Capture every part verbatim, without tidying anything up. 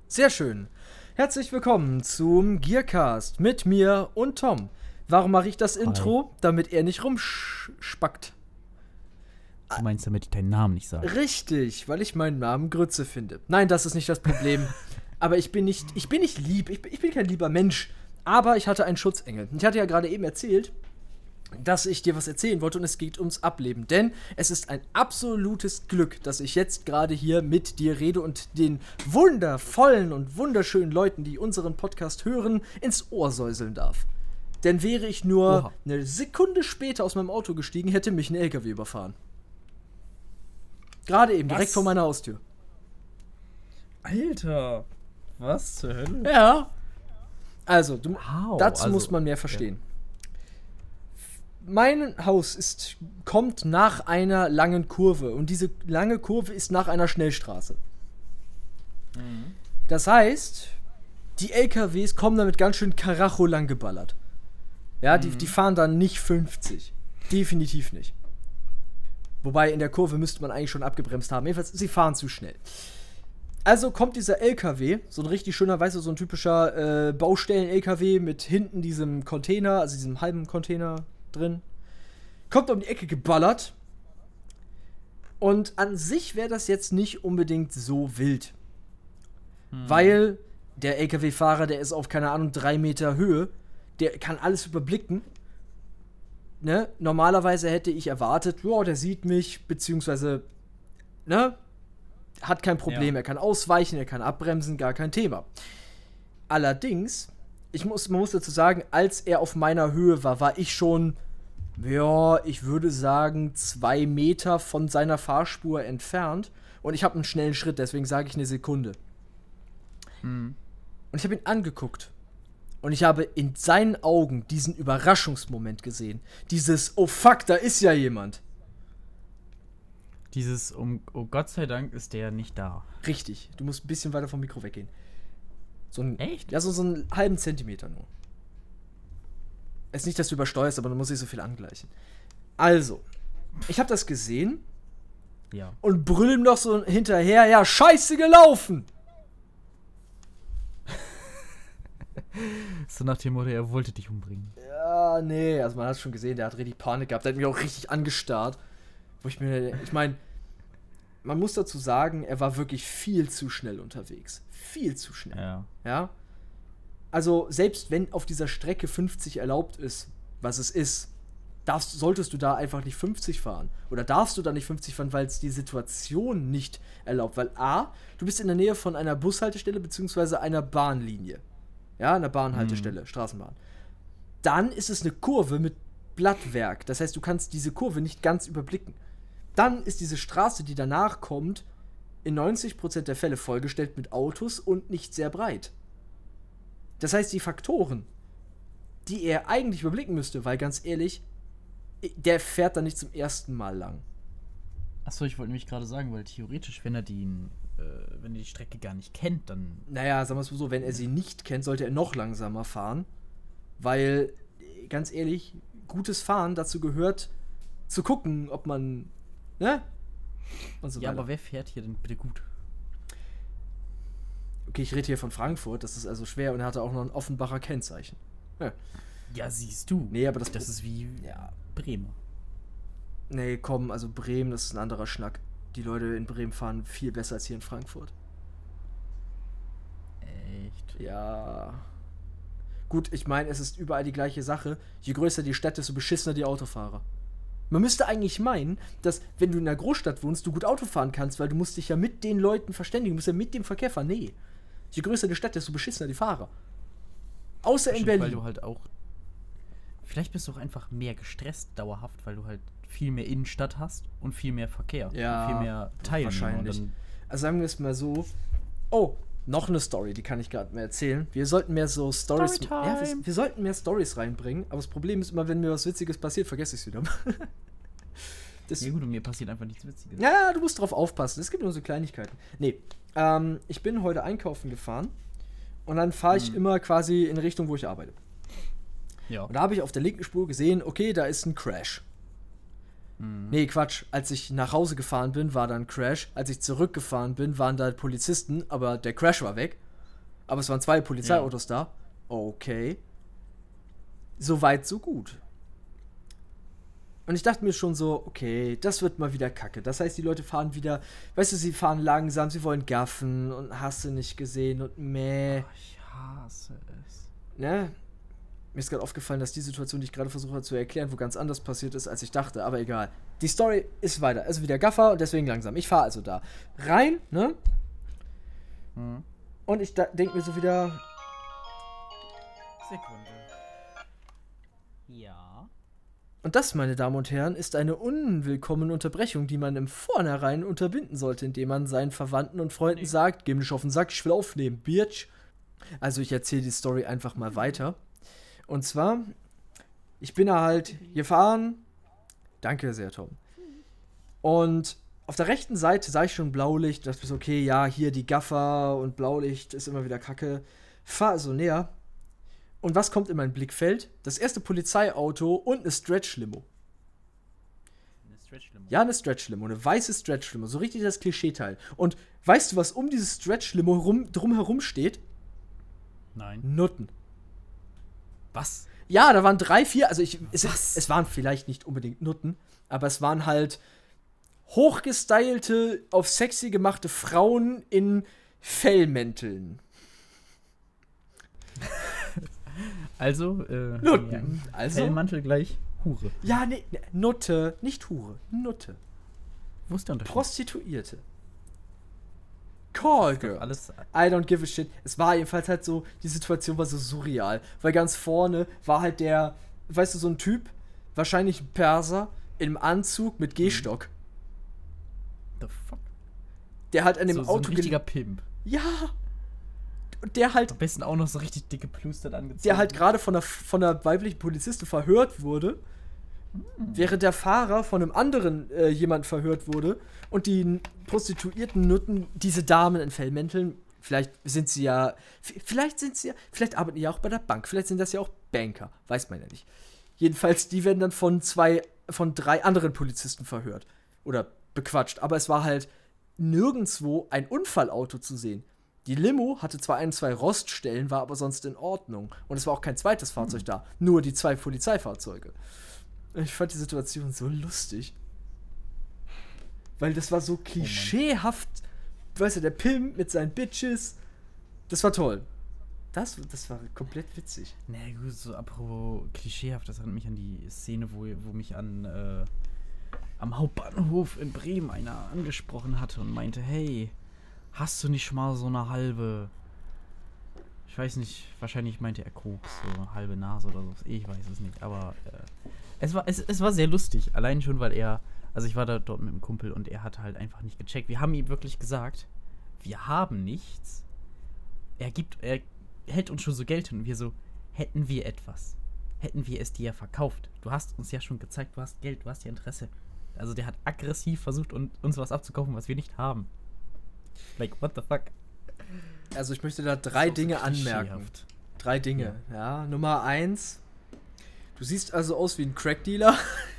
Sehr schön. Herzlich willkommen zum Gearcast mit mir und Tom. Warum mache ich das Intro? Damit er nicht rumspackt. Du meinst, damit ich deinen Namen nicht sage? Richtig, weil ich meinen Namen Grütze finde. Nein, das ist nicht das Problem. Aber ich bin nicht, ich bin nicht lieb. Ich bin, ich bin kein lieber Mensch. Aber ich hatte einen Schutzengel. Ich hatte ja gerade eben erzählt, dass ich dir was erzählen wollte und es geht ums Ableben. Denn es ist ein absolutes Glück, dass ich jetzt gerade hier mit dir rede und den wundervollen und wunderschönen Leuten, die unseren Podcast hören, ins Ohr säuseln darf. Denn wäre ich nur Oha. eine Sekunde später aus meinem Auto gestiegen, hätte mich ein L K W überfahren. Gerade eben, was? Direkt vor meiner Haustür. Alter, was zur Hölle? Ja. Also, du, wow, dazu also, muss man mehr verstehen. Ja. Mein Haus ist, kommt nach einer langen Kurve und diese lange Kurve ist nach einer Schnellstraße. Mhm. Das heißt, die L K Ws kommen damit ganz schön Karacho lang geballert. Ja, mhm. die, die fahren dann nicht fünfzig. Definitiv nicht. Wobei in der Kurve müsste man eigentlich schon abgebremst haben. Jedenfalls, sie fahren zu schnell. Also kommt dieser L K W, so ein richtig schöner, weißt du, so ein typischer äh, Baustellen-L K W mit hinten diesem Container, also diesem halben Container drin. Kommt um die Ecke geballert. Und an sich wäre das jetzt nicht unbedingt so wild. Hm. Weil der L K W-Fahrer, der ist auf, keine Ahnung, drei Meter Höhe. Der kann alles überblicken. Ne? Normalerweise hätte ich erwartet, boah, der sieht mich, beziehungsweise, ne? Hat kein Problem, ja. Er kann ausweichen, er kann abbremsen, gar kein Thema. Allerdings, ich muss, man muss dazu sagen, als er auf meiner Höhe war, war ich schon, ja, ich würde sagen, zwei Meter von seiner Fahrspur entfernt. Und ich habe einen schnellen Schritt, deswegen sage ich eine Sekunde. Mhm. Und ich habe ihn angeguckt. Und ich habe in seinen Augen diesen Überraschungsmoment gesehen. Dieses, oh fuck, da ist ja jemand. Dieses, um, oh Gott sei Dank ist der nicht da. Richtig, du musst ein bisschen weiter vom Mikro weggehen. So ein, Echt? Ja, so, so einen halben Zentimeter nur. Es ist nicht, dass du übersteuerst, aber du musst nicht so viel angleichen. Also, ich habe das gesehen. Ja. Und brüll ihm noch so hinterher, ja, scheiße gelaufen. So nach dem Motto, er wollte dich umbringen. Ja, nee, also man hat es schon gesehen, der hat richtig Panik gehabt, der hat mich auch richtig angestarrt. Wo ich mir, ich meine, man muss dazu sagen, er war wirklich viel zu schnell unterwegs. Viel zu schnell. Ja. Ja? Also, selbst wenn auf dieser Strecke fünfzig erlaubt ist, was es ist, darfst, solltest du da einfach nicht fünfzig fahren. Oder darfst du da nicht fünfzig fahren, weil es die Situation nicht erlaubt. Weil A, du bist in der Nähe von einer Bushaltestelle beziehungsweise einer Bahnlinie. Ja, einer Bahnhaltestelle, mhm. Straßenbahn. Dann ist es eine Kurve mit Blattwerk. Das heißt, du kannst diese Kurve nicht ganz überblicken. Dann ist diese Straße, die danach kommt, in neunzig Prozent der Fälle vollgestellt mit Autos und nicht sehr breit. Das heißt, die Faktoren, die er eigentlich überblicken müsste, weil ganz ehrlich, der fährt da nicht zum ersten Mal lang. Achso, ich wollte nämlich gerade sagen, weil theoretisch, wenn er die, äh, wenn er die Strecke gar nicht kennt, dann... Naja, sagen wir es mal so, wenn er sie nicht kennt, sollte er noch langsamer fahren, weil, ganz ehrlich, gutes Fahren dazu gehört, zu gucken, ob man, ne? Und so ja, weiter. Aber wer fährt hier denn bitte gut? Okay, ich rede hier von Frankfurt, das ist also schwer und er hatte auch noch ein Offenbacher Kennzeichen. Ja, ja siehst du. Nee, aber das, das ist wie ja. Bremen. Nee, komm, also Bremen, das ist ein anderer Schnack. Die Leute in Bremen fahren viel besser als hier in Frankfurt. Echt? Ja. Gut, ich meine, es ist überall die gleiche Sache. Je größer die Stadt, desto beschissener die Autofahrer. Man müsste eigentlich meinen, dass, wenn du in einer Großstadt wohnst, du gut Auto fahren kannst, weil du musst dich ja mit den Leuten verständigen, du musst ja mit dem Verkehr fahren. Nee. Je größer die Stadt, desto beschissener die Fahrer. Außer in Berlin. Weil du halt auch... Vielleicht bist du auch einfach mehr gestresst dauerhaft, weil du halt viel mehr Innenstadt hast und viel mehr Verkehr. Ja, und viel mehr Teilnehmer. Wahrscheinlich. Also sagen wir es mal so. Oh, noch eine Story, die kann ich gerade mehr erzählen. Wir sollten mehr so Stories. Storytime. Ja, wir, wir sollten mehr Stories reinbringen. Aber das Problem ist immer, wenn mir was Witziges passiert, vergesse ich es wieder. Das, ja gut, und mir passiert einfach nichts Witziges. Ja, du musst drauf aufpassen. Es gibt nur so Kleinigkeiten. Nee, ähm, ich bin heute einkaufen gefahren. Und dann fahre ich hm. immer quasi in Richtung, wo ich arbeite. Ja. Und da habe ich auf der linken Spur gesehen, okay, da ist ein Crash. Mhm. Nee, Quatsch. Als ich nach Hause gefahren bin, war da ein Crash. Als ich zurückgefahren bin, waren da Polizisten, aber der Crash war weg. Aber es waren zwei Polizeiautos ja. da. Okay. So weit, so gut. Und ich dachte mir schon so, okay, das wird mal wieder kacke. Das heißt, die Leute fahren wieder, weißt du, sie fahren langsam, sie wollen gaffen und hast du nicht gesehen und meh. Oh, ich hasse es. Ne? Mir ist gerade aufgefallen, dass die Situation, die ich gerade versucht habe zu erklären, wo ganz anders passiert ist, als ich dachte. Aber egal. Die Story ist weiter. Also wieder Gaffer und deswegen langsam. Ich fahre also da rein, ne? Hm. Und ich denke mir so wieder... Sekunde. Ja. Und das, meine Damen und Herren, ist eine unwillkommene Unterbrechung, die man im Vornherein unterbinden sollte, indem man seinen Verwandten und Freunden nee. sagt, geh mir nicht auf den Sack, ich will aufnehmen, Bitch. Also ich erzähle die Story einfach mal weiter. Und zwar, ich bin da halt gefahren. Danke sehr, Tom. Und auf der rechten Seite sah ich schon Blaulicht. Da dachte ich so, okay, ja, hier die Gaffer und Blaulicht ist immer wieder kacke. Fahr also näher. Und was kommt in mein Blickfeld? Das erste Polizeiauto und eine Stretch-Limo. Eine Stretch-Limo? Ja, eine Stretch-Limo. Eine weiße Stretch-Limo. So richtig das Klischeeteil. Und weißt du, was um dieses Stretch-Limo rum, drumherum steht? Nein. Nutten. Was? Ja, da waren drei, vier, also ich, es, es waren vielleicht nicht unbedingt Nutten, aber es waren halt hochgestylte, auf sexy gemachte Frauen in Fellmänteln. Also, äh, Nutten. Ja, also, Fellmantel gleich Hure. Ja, nee, nee, Nutte, nicht Hure, Nutte. Wo ist der Unterschied? Prostituierte. Call Girl. Alles I don't give a shit. Es war jedenfalls halt so, die Situation war so surreal. Weil ganz vorne war halt der, weißt du, so ein Typ, wahrscheinlich ein Perser, im Anzug mit Gehstock. The fuck? Der halt an dem so, so Auto... ein richtiger Pimp. Ja. Und der halt... Am besten auch noch so richtig dicke Plustert angezogen. Der halt gerade von der, von der weiblichen Polizistin verhört wurde, hm. während der Fahrer von einem anderen äh, jemand verhört wurde und die prostituierten Nutten, diese Damen in Fellmänteln, vielleicht sind sie ja, vielleicht sind sie ja, vielleicht arbeiten die ja auch bei der Bank, vielleicht sind das ja auch Banker, weiß man ja nicht. Jedenfalls, die werden dann von zwei, von drei anderen Polizisten verhört oder bequatscht, aber es war halt nirgendwo ein Unfallauto zu sehen. Die Limo hatte zwar ein, zwei Roststellen, war aber sonst in Ordnung. Und es war auch kein zweites Fahrzeug hm. da, nur die zwei Polizeifahrzeuge. Ich fand die Situation so lustig. Weil das war so klischeehaft. Oh, weißt du, der Pimp mit seinen Bitches. Das war toll. Das, das war komplett witzig. Na nee, gut, so apropos klischeehaft, das erinnert mich an die Szene, wo, wo mich an äh, am Hauptbahnhof in Bremen einer angesprochen hatte und meinte, hey, hast du nicht schon mal so eine halbe, ich weiß nicht, wahrscheinlich meinte er Koks, so eine halbe Nase oder so, ich weiß es nicht, aber äh, es war, es, es war sehr lustig, allein schon, weil er, also ich war da dort mit einem Kumpel und er hatte halt einfach nicht gecheckt. Wir haben ihm wirklich gesagt, wir haben nichts, er gibt, er hält uns schon so Geld hin und wir so, hätten wir etwas, hätten wir es dir verkauft, du hast uns ja schon gezeigt, du hast Geld, du hast ja Interesse. Also der hat aggressiv versucht, uns was abzukaufen, was wir nicht haben. Like, what the fuck? Also ich möchte da drei Dinge so anmerken. Drei Dinge, ja. ja. Nummer eins, du siehst also aus wie ein Crack-Dealer.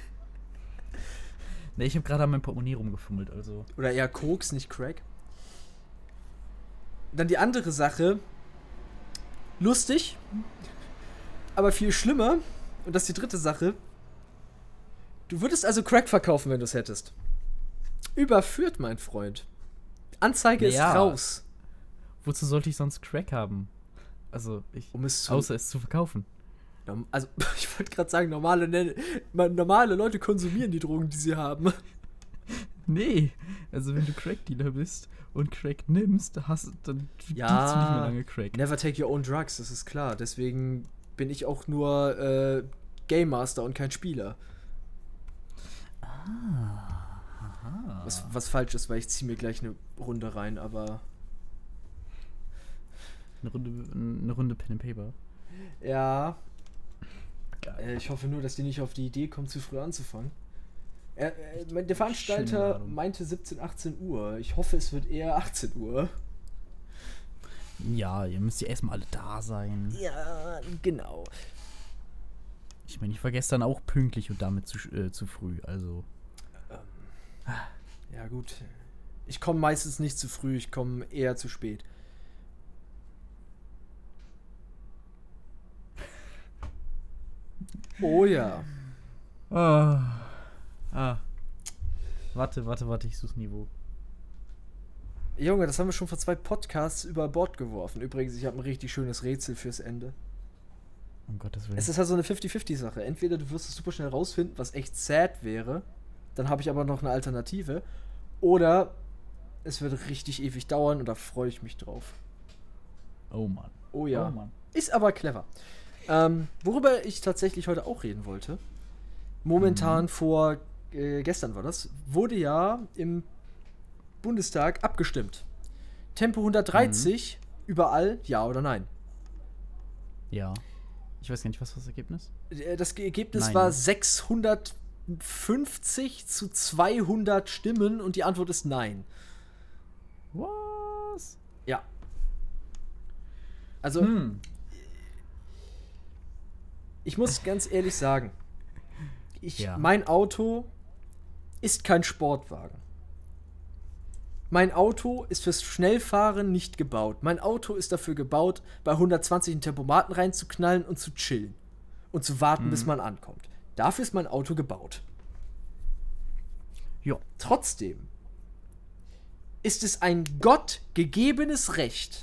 Ne, ich habe gerade an meinem Portemonnaie rumgefummelt, also. Oder eher Koks, nicht Crack. Dann die andere Sache, lustig, aber viel schlimmer, und das ist die dritte Sache, du würdest also Crack verkaufen, wenn du es hättest. Überführt, mein Freund. Anzeige ja. ist raus. Wozu sollte ich sonst Crack haben? Also, ich, um es zu, außer es zu verkaufen. Also, ich wollte gerade sagen, normale, normale Leute konsumieren die Drogen, die sie haben. Nee, also wenn du Crack-Dealer bist und Crack nimmst, hast, dann ja, dealst du nicht mehr lange Crack. Never take your own drugs, das ist klar. Deswegen bin ich auch nur äh, Game Master und kein Spieler. Ah, aha. Was, was falsch ist, weil ich ziehe mir gleich eine Runde rein, aber... Eine Runde, eine Runde Pen and Paper? Ja. Äh, ich hoffe nur, dass die nicht auf die Idee kommen, zu früh anzufangen. Er, äh, der Veranstalter meinte siebzehn, achtzehn Uhr. Ich hoffe, es wird eher achtzehn Uhr. Ja, ihr müsst ja erstmal alle da sein. Ja, genau. Ich meine, ich war gestern auch pünktlich und damit zu, äh, zu früh, also. Ähm, ja, gut. Ich komme meistens nicht zu früh, ich komme eher zu spät. Oh ja. Ah. ah. Warte, warte, warte, ich suche Niveau. Junge, das haben wir schon vor zwei Podcasts über Bord geworfen. Übrigens, ich habe ein richtig schönes Rätsel fürs Ende. Um Gottes Willen. Es ist halt so eine fünfzig fünfzig Sache. Entweder du wirst es super schnell rausfinden, was echt sad wäre, dann habe ich aber noch eine Alternative. Oder es wird richtig ewig dauern und da freue ich mich drauf. Oh Mann. Oh ja. Oh Mann. Ist aber clever. Ähm, worüber ich tatsächlich heute auch reden wollte, momentan mhm. vor, äh, gestern war das, wurde ja im Bundestag abgestimmt. Tempo hundertdreißig, mhm. überall, ja oder nein? Ja. Ich weiß gar nicht, was war das Ergebnis? Das Ergebnis nein. war sechshundertfünfzig zu zweihundert Stimmen und die Antwort ist nein. Was? Ja. Also, hm. ich muss ganz ehrlich sagen, ich, ja. mein Auto ist kein Sportwagen. Mein Auto ist fürs Schnellfahren nicht gebaut. Mein Auto ist dafür gebaut, bei hundertzwanzig in Tempomaten reinzuknallen und zu chillen. Und zu warten, mhm. bis man ankommt. Dafür ist mein Auto gebaut. Ja. Trotzdem ist es ein gottgegebenes Recht,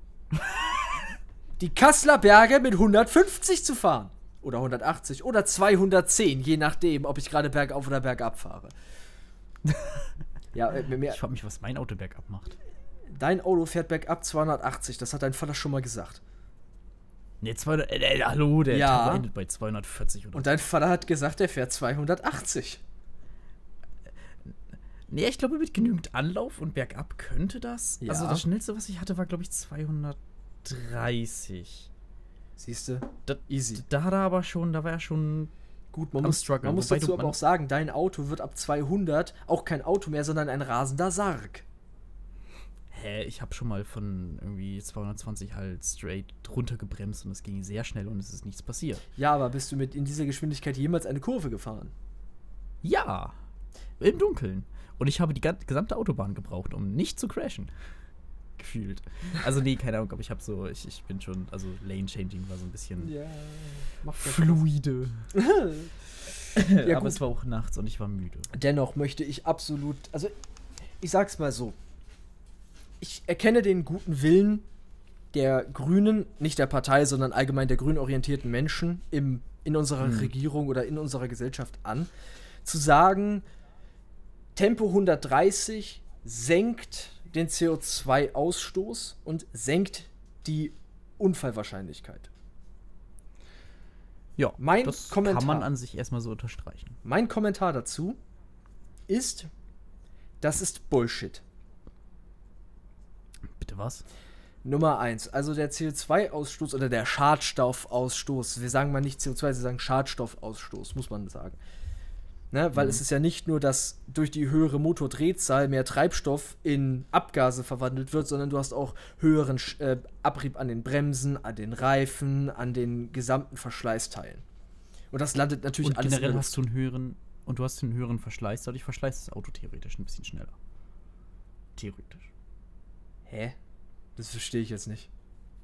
die Kasseler Berge mit hundertfünfzig zu fahren. Oder hundertachtzig oder zweihundertzehn, je nachdem, ob ich gerade bergauf oder bergab fahre. Ja, mehr, ich frage mich, was mein Auto bergab macht. Dein Auto fährt bergab zweihundertachtzig, das hat dein Vater schon mal gesagt. Ne, zweihundert, äh, hallo, der ja. endet bei zweihundertvierzig oder Und dein Vater hat gesagt, er fährt zweihundertachtzig. Ne, ich glaube, mit genügend Anlauf und bergab könnte das. Ja. Also das Schnellste, was ich hatte, war, glaube ich, zweihundertdreißig. Siehste? Easy. Da hat er aber schon, da war er schon gut, man muss, man muss dazu aber auch sagen, dein Auto wird ab zweihundert auch kein Auto mehr, sondern ein rasender Sarg. Hä, ich habe schon mal von irgendwie zweihundertzwanzig halt straight runtergebremst und es ging sehr schnell und es ist nichts passiert. Ja, aber bist du mit in dieser Geschwindigkeit jemals eine Kurve gefahren? Ja, im Dunkeln. Und ich habe die gesamte Autobahn gebraucht, um nicht zu crashen. Gefühlt. Also nee, keine Ahnung, aber ich habe so, ich, ich bin schon, also Lane-Changing war so ein bisschen ja, fluide. Ja, aber gut. Es war auch nachts und ich war müde. Dennoch möchte ich absolut, also ich sag's mal so, ich erkenne den guten Willen der Grünen, nicht der Partei, sondern allgemein der grün orientierten Menschen im, in unserer hm. Regierung oder in unserer Gesellschaft an, zu sagen, Tempo hundertdreißig senkt den C O zwei Ausstoß und senkt die Unfallwahrscheinlichkeit. Ja, mein das Kommentar, kann man an sich erstmal so unterstreichen. Mein Kommentar dazu ist, das ist Bullshit. Bitte was? Nummer eins, also der C O zwei Ausstoß oder der Schadstoffausstoß, wir sagen mal nicht C O zwei, wir sagen Schadstoffausstoß, muss man sagen. Ne, weil mhm. es ist ja nicht nur, dass durch die höhere Motordrehzahl mehr Treibstoff in Abgase verwandelt wird, sondern du hast auch höheren äh, Abrieb an den Bremsen, an den Reifen, an den gesamten Verschleißteilen. Und das landet natürlich und alles in der generell Luft. hast du einen höheren und du hast einen höheren Verschleiß, dadurch verschleißt das Auto theoretisch ein bisschen schneller. Theoretisch. Hä? Das verstehe ich jetzt nicht.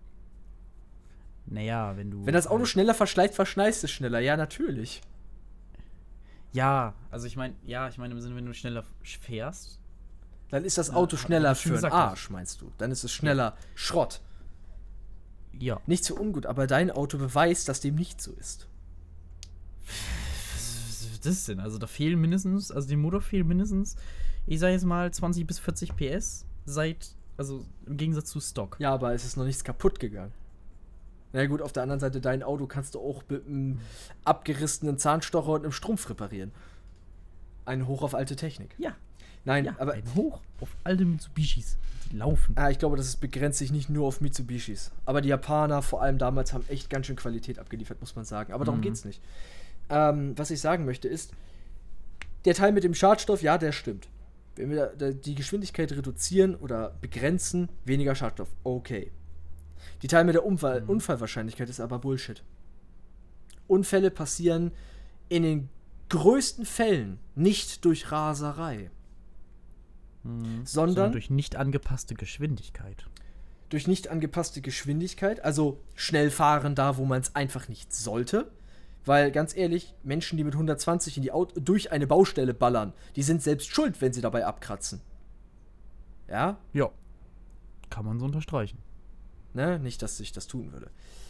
Naja, wenn du... Wenn das Auto schneller verschleißt, verschleißt es schneller. Ja, natürlich. Ja, also ich meine, ja, ich meine im Sinne, wenn du schneller fährst. Dann ist das Auto ja, schneller für den Arsch, hast. meinst du? Dann ist es schneller ja. Schrott. Ja. Nicht so ungut, aber dein Auto beweist, dass dem nicht so ist. Was ist das denn? Also da fehlen mindestens, also dem Motor fehlen mindestens, ich sag jetzt mal zwanzig bis vierzig P S seit, also im Gegensatz zu Stock. Ja, aber es ist noch nichts kaputt gegangen. Na gut, auf der anderen Seite, dein Auto kannst du auch mit einem abgerissenen Zahnstocher und einem Strumpf reparieren. Ein Hoch auf alte Technik. Ja. Nein, ja, aber... ein Hoch auf alte Mitsubishis. Die laufen. Ah, ich glaube, das ist, begrenzt sich nicht nur auf Mitsubishis. Aber die Japaner, vor allem damals, haben echt ganz schön Qualität abgeliefert, muss man sagen. Aber darum mhm. geht's nicht. Ähm, was ich sagen möchte ist, der Teil mit dem Schadstoff, ja, der stimmt. Wenn wir die Geschwindigkeit reduzieren oder begrenzen, weniger Schadstoff. Okay. Die Teil mit der Unfall- mhm. Unfallwahrscheinlichkeit ist aber Bullshit. Unfälle passieren in den größten Fällen nicht durch Raserei, mhm. sondern, sondern durch nicht angepasste Geschwindigkeit. Durch nicht angepasste Geschwindigkeit, also schnell fahren da, wo man es einfach nicht sollte. Weil, ganz ehrlich, Menschen, die mit hundertzwanzig in die Auto durch eine Baustelle ballern, die sind selbst schuld, wenn sie dabei abkratzen. Ja? Ja. Kann man so unterstreichen. Ne? Nicht, dass ich das tun würde.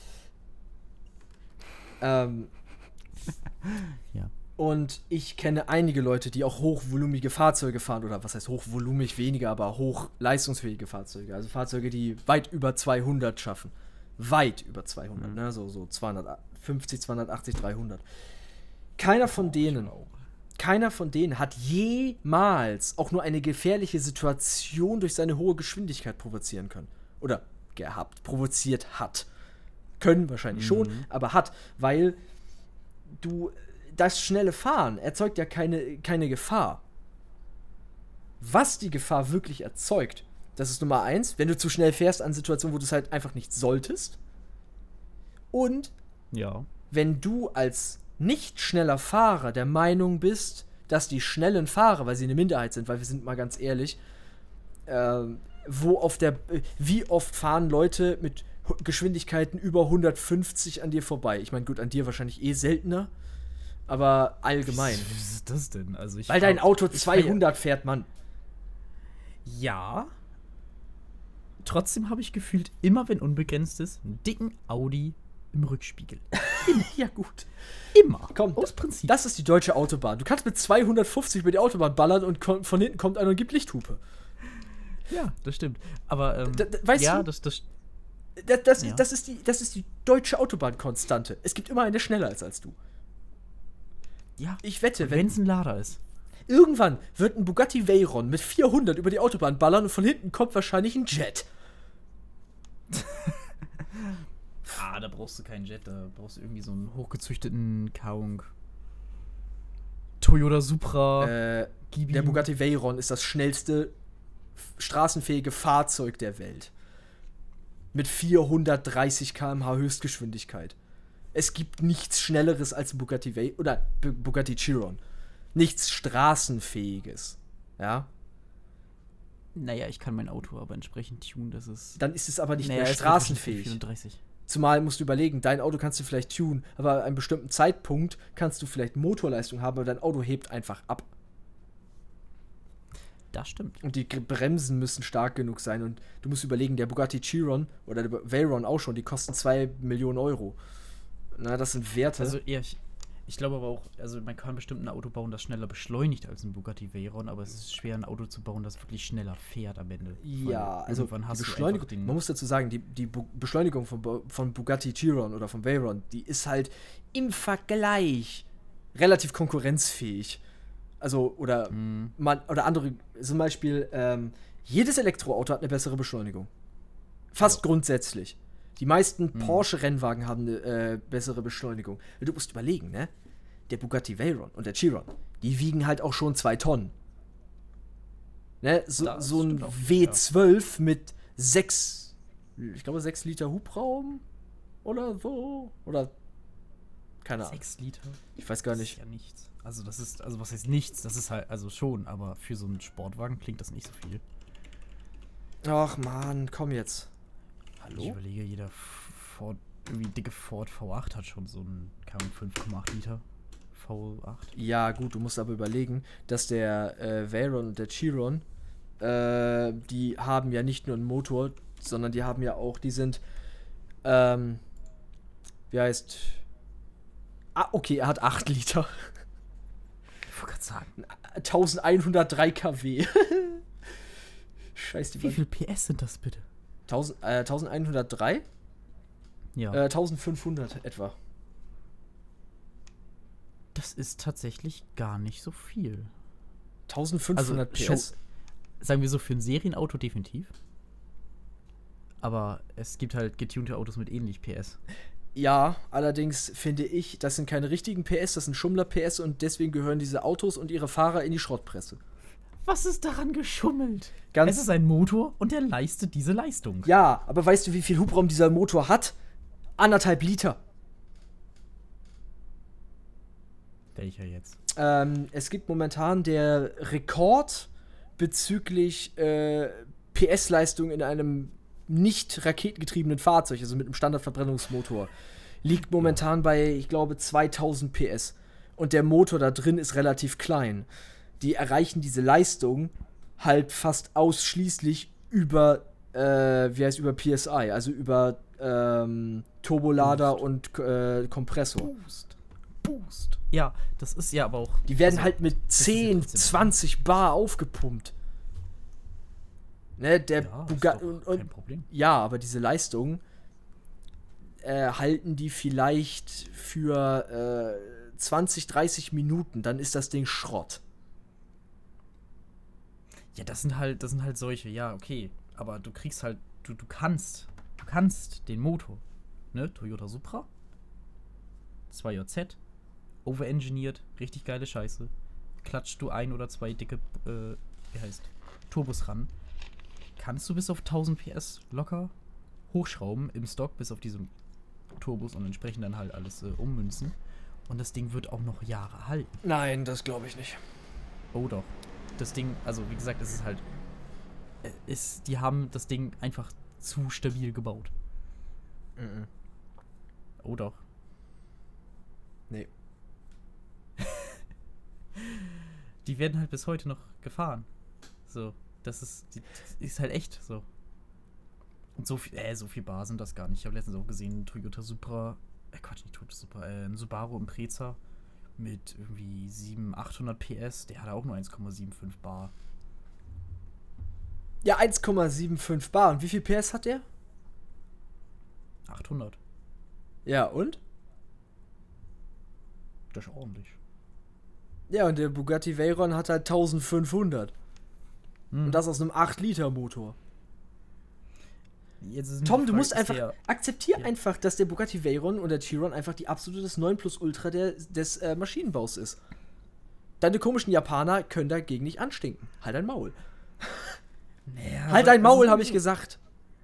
Ähm. Ja. Und ich kenne einige Leute, die auch hochvolumige Fahrzeuge fahren. Oder was heißt hochvolumig? Weniger, aber hochleistungsfähige Fahrzeuge. Also Fahrzeuge, die weit über zweihundert schaffen. Weit über zweihundert, mhm. ne? So, so zweihundertfünfzig, zweihundertachtzig, dreihundert. Keiner von denen, keiner von denen hat jemals auch nur eine gefährliche Situation durch seine hohe Geschwindigkeit provozieren können. Oder gehabt, provoziert hat. Können wahrscheinlich mhm. schon, aber hat, weil du, das schnelle Fahren erzeugt ja keine, keine Gefahr. Was die Gefahr wirklich erzeugt, das ist Nummer eins, wenn du zu schnell fährst an Situationen, wo du es halt einfach nicht solltest. Und ja. wenn du als nicht schneller Fahrer der Meinung bist, dass die schnellen Fahrer, weil sie eine Minderheit sind, weil wir sind mal ganz ehrlich, äh, wo auf der, wie oft fahren Leute mit Geschwindigkeiten über hundertfünfzig an dir vorbei? Ich meine, gut, an dir wahrscheinlich eh seltener, aber allgemein. Wie ist das denn? Also ich weil dein Auto zweihundert fährt, Mann. Ja. Trotzdem habe ich gefühlt immer, wenn unbegrenzt ist, einen dicken Audi im Rückspiegel. Immer. Ja, gut. Immer. Komm, aus Prinzip. Das ist die deutsche Autobahn. Du kannst mit zweihundertfünfzig über die Autobahn ballern und von hinten kommt einer und gibt Lichthupe. Ja, das stimmt. Aber, ähm, da, da, weißt ja, du, das, das, das, das, ja. das, ist die, das ist die deutsche Autobahnkonstante. Es gibt immer eine, der schneller ist als du. Ja. Ich wette, wenn es ein Lader ist. Irgendwann wird ein Bugatti Veyron mit vierhundert über die Autobahn ballern und von hinten kommt wahrscheinlich ein Jet. Ah, da brauchst du keinen Jet, da brauchst du irgendwie so einen hochgezüchteten Kaung. Toyota Supra. Äh, der Bugatti Veyron ist das schnellste straßenfähige Fahrzeug der Welt. Mit vierhundertdreißig Kilometer pro Stunde Höchstgeschwindigkeit. Es gibt nichts Schnelleres als ein Bugatti Veyron oder B- Bugatti Chiron. Nichts Straßenfähiges. Ja? Naja, ich kann mein Auto aber entsprechend tunen, dass es... Dann ist es aber nicht naja, mehr straßenfähig. vierunddreißig. Zumal musst du überlegen, dein Auto kannst du vielleicht tunen, aber an einem bestimmten Zeitpunkt kannst du vielleicht Motorleistung haben, aber dein Auto hebt einfach ab. Das stimmt. Und die Bremsen müssen stark genug sein. Und du musst überlegen, der Bugatti Chiron oder der Veyron auch schon, die kosten zwei Millionen Euro. Na, das sind Werte. Also eher, ich, ich glaube aber auch, also man kann bestimmt ein Auto bauen, das schneller beschleunigt als ein Bugatti Veyron, aber es ist schwer, ein Auto zu bauen, das wirklich schneller fährt am Ende. Ja, also hast die Beschleunigung, den man muss dazu sagen, die, die Bu- Beschleunigung von, von Bugatti Chiron oder von Veyron, die ist halt im Vergleich relativ konkurrenzfähig. Also, oder, mhm. man, oder andere, zum Beispiel, ähm, jedes Elektroauto hat eine bessere Beschleunigung. Fast ja. grundsätzlich. Die meisten mhm. Porsche-Rennwagen haben eine äh, bessere Beschleunigung. Du musst überlegen, ne? Der Bugatti Veyron und der Chiron, die wiegen halt auch schon zwei Tonnen. Ne? So, so ein auch, W zwölf ja. mit sechs, ich glaube sechs Liter Hubraum oder so. Oder, keine Ahnung. sechs Liter? Ich weiß gar nicht. Das ist ja nichts. Also das ist, also was heißt nichts? Das ist halt, also schon, aber für so einen Sportwagen klingt das nicht so viel. Ach man, komm jetzt. Hallo? Ich überlege, jeder Ford, irgendwie dicke Ford V acht hat schon so einen fünf Komma acht Liter V acht. Ja gut, du musst aber überlegen, dass der äh, Veyron und der Chiron, äh, die haben ja nicht nur einen Motor, sondern die haben ja auch, die sind, ähm, wie heißt, ah, okay, er hat acht Liter. Ich wollte gerade sagen. elfhundertdrei Kilowatt. Scheiß die Wie viel P S sind das bitte? tausend, äh, elfhundertdrei? Ja. Äh, eintausendfünfhundert etwa. Das ist tatsächlich gar nicht so viel. eintausendfünfhundert also, P S? Show, sagen wir so, für ein Serienauto definitiv. Aber es gibt halt getunte Autos mit ähnlich P S. Ja, allerdings finde ich, das sind keine richtigen P S, das sind Schummler-P S und deswegen gehören diese Autos und ihre Fahrer in die Schrottpresse. Was ist daran geschummelt? Ganz es ist ein Motor und der leistet diese Leistung. Ja, aber weißt du, wie viel Hubraum dieser Motor hat? Anderthalb Liter. Welcher jetzt? Ähm, es gibt momentan der Rekord bezüglich äh, P S-Leistung in einem nicht raketengetriebenen Fahrzeug, also mit einem Standardverbrennungsmotor, liegt momentan bei, ich glaube, zweitausend P S. Und der Motor da drin ist relativ klein. Die erreichen diese Leistung halt fast ausschließlich über, äh, wie heißt, über P S I, also über ähm, Turbolader Boost. und äh, Kompressor. Boost. Boost. Ja, das ist ja aber auch. Die werden also, halt mit ist ja zehn, trotzdem- zwanzig Bar aufgepumpt. Ne, der Ja, ist Bugatti. doch Und, kein und, Problem. ja, aber diese Leistung äh, halten die vielleicht für äh, zwanzig, dreißig Minuten, dann ist das Ding Schrott. Ja, das sind halt, das sind halt solche, ja, okay. Aber du kriegst halt, du, du kannst, du kannst den Motor, ne? Toyota Supra, zwei J Z, overengineert, richtig geile Scheiße. Klatscht du ein oder zwei dicke, äh, wie heißt, Turbos ran, kannst du bis auf tausend P S locker hochschrauben im Stock, bis auf diese Turbos und entsprechend dann halt alles äh, ummünzen. Und das Ding wird auch noch Jahre halten. Nein, das glaube ich nicht. Oh doch. Das Ding, also wie gesagt, es ist halt, äh, ist, die haben das Ding einfach zu stabil gebaut. Mhm. Oh doch. Nee. Die werden halt bis heute noch gefahren. So, das ist, die, das ist halt echt so. Und so viel, äh, so viel Bar sind das gar nicht. Ich habe letztens auch gesehen, ein Toyota Supra, äh, Quatsch, nicht Toyota Supra, äh, ein Subaru Impreza mit irgendwie siebenhundert, achthundert P S, der hat auch nur eins Komma fünfundsiebzig Bar. Ja, eins Komma fünfundsiebzig Bar. Und wie viel P S hat der? achthundert. Ja, und? Das ist ordentlich. Ja, und der Bugatti Veyron hat halt eintausendfünfhundert. Hm. Und das aus einem acht Liter Motor. Jetzt ist Tom, die du Frage, musst ist einfach, der- akzeptier ja. einfach, dass der Bugatti Veyron und der Chiron einfach die absolute neun Plus Ultra der, des äh, Maschinenbaus ist. Deine komischen Japaner können dagegen nicht anstinken. Halt dein Maul. Naja, Halt dein also- Maul, habe ich gesagt.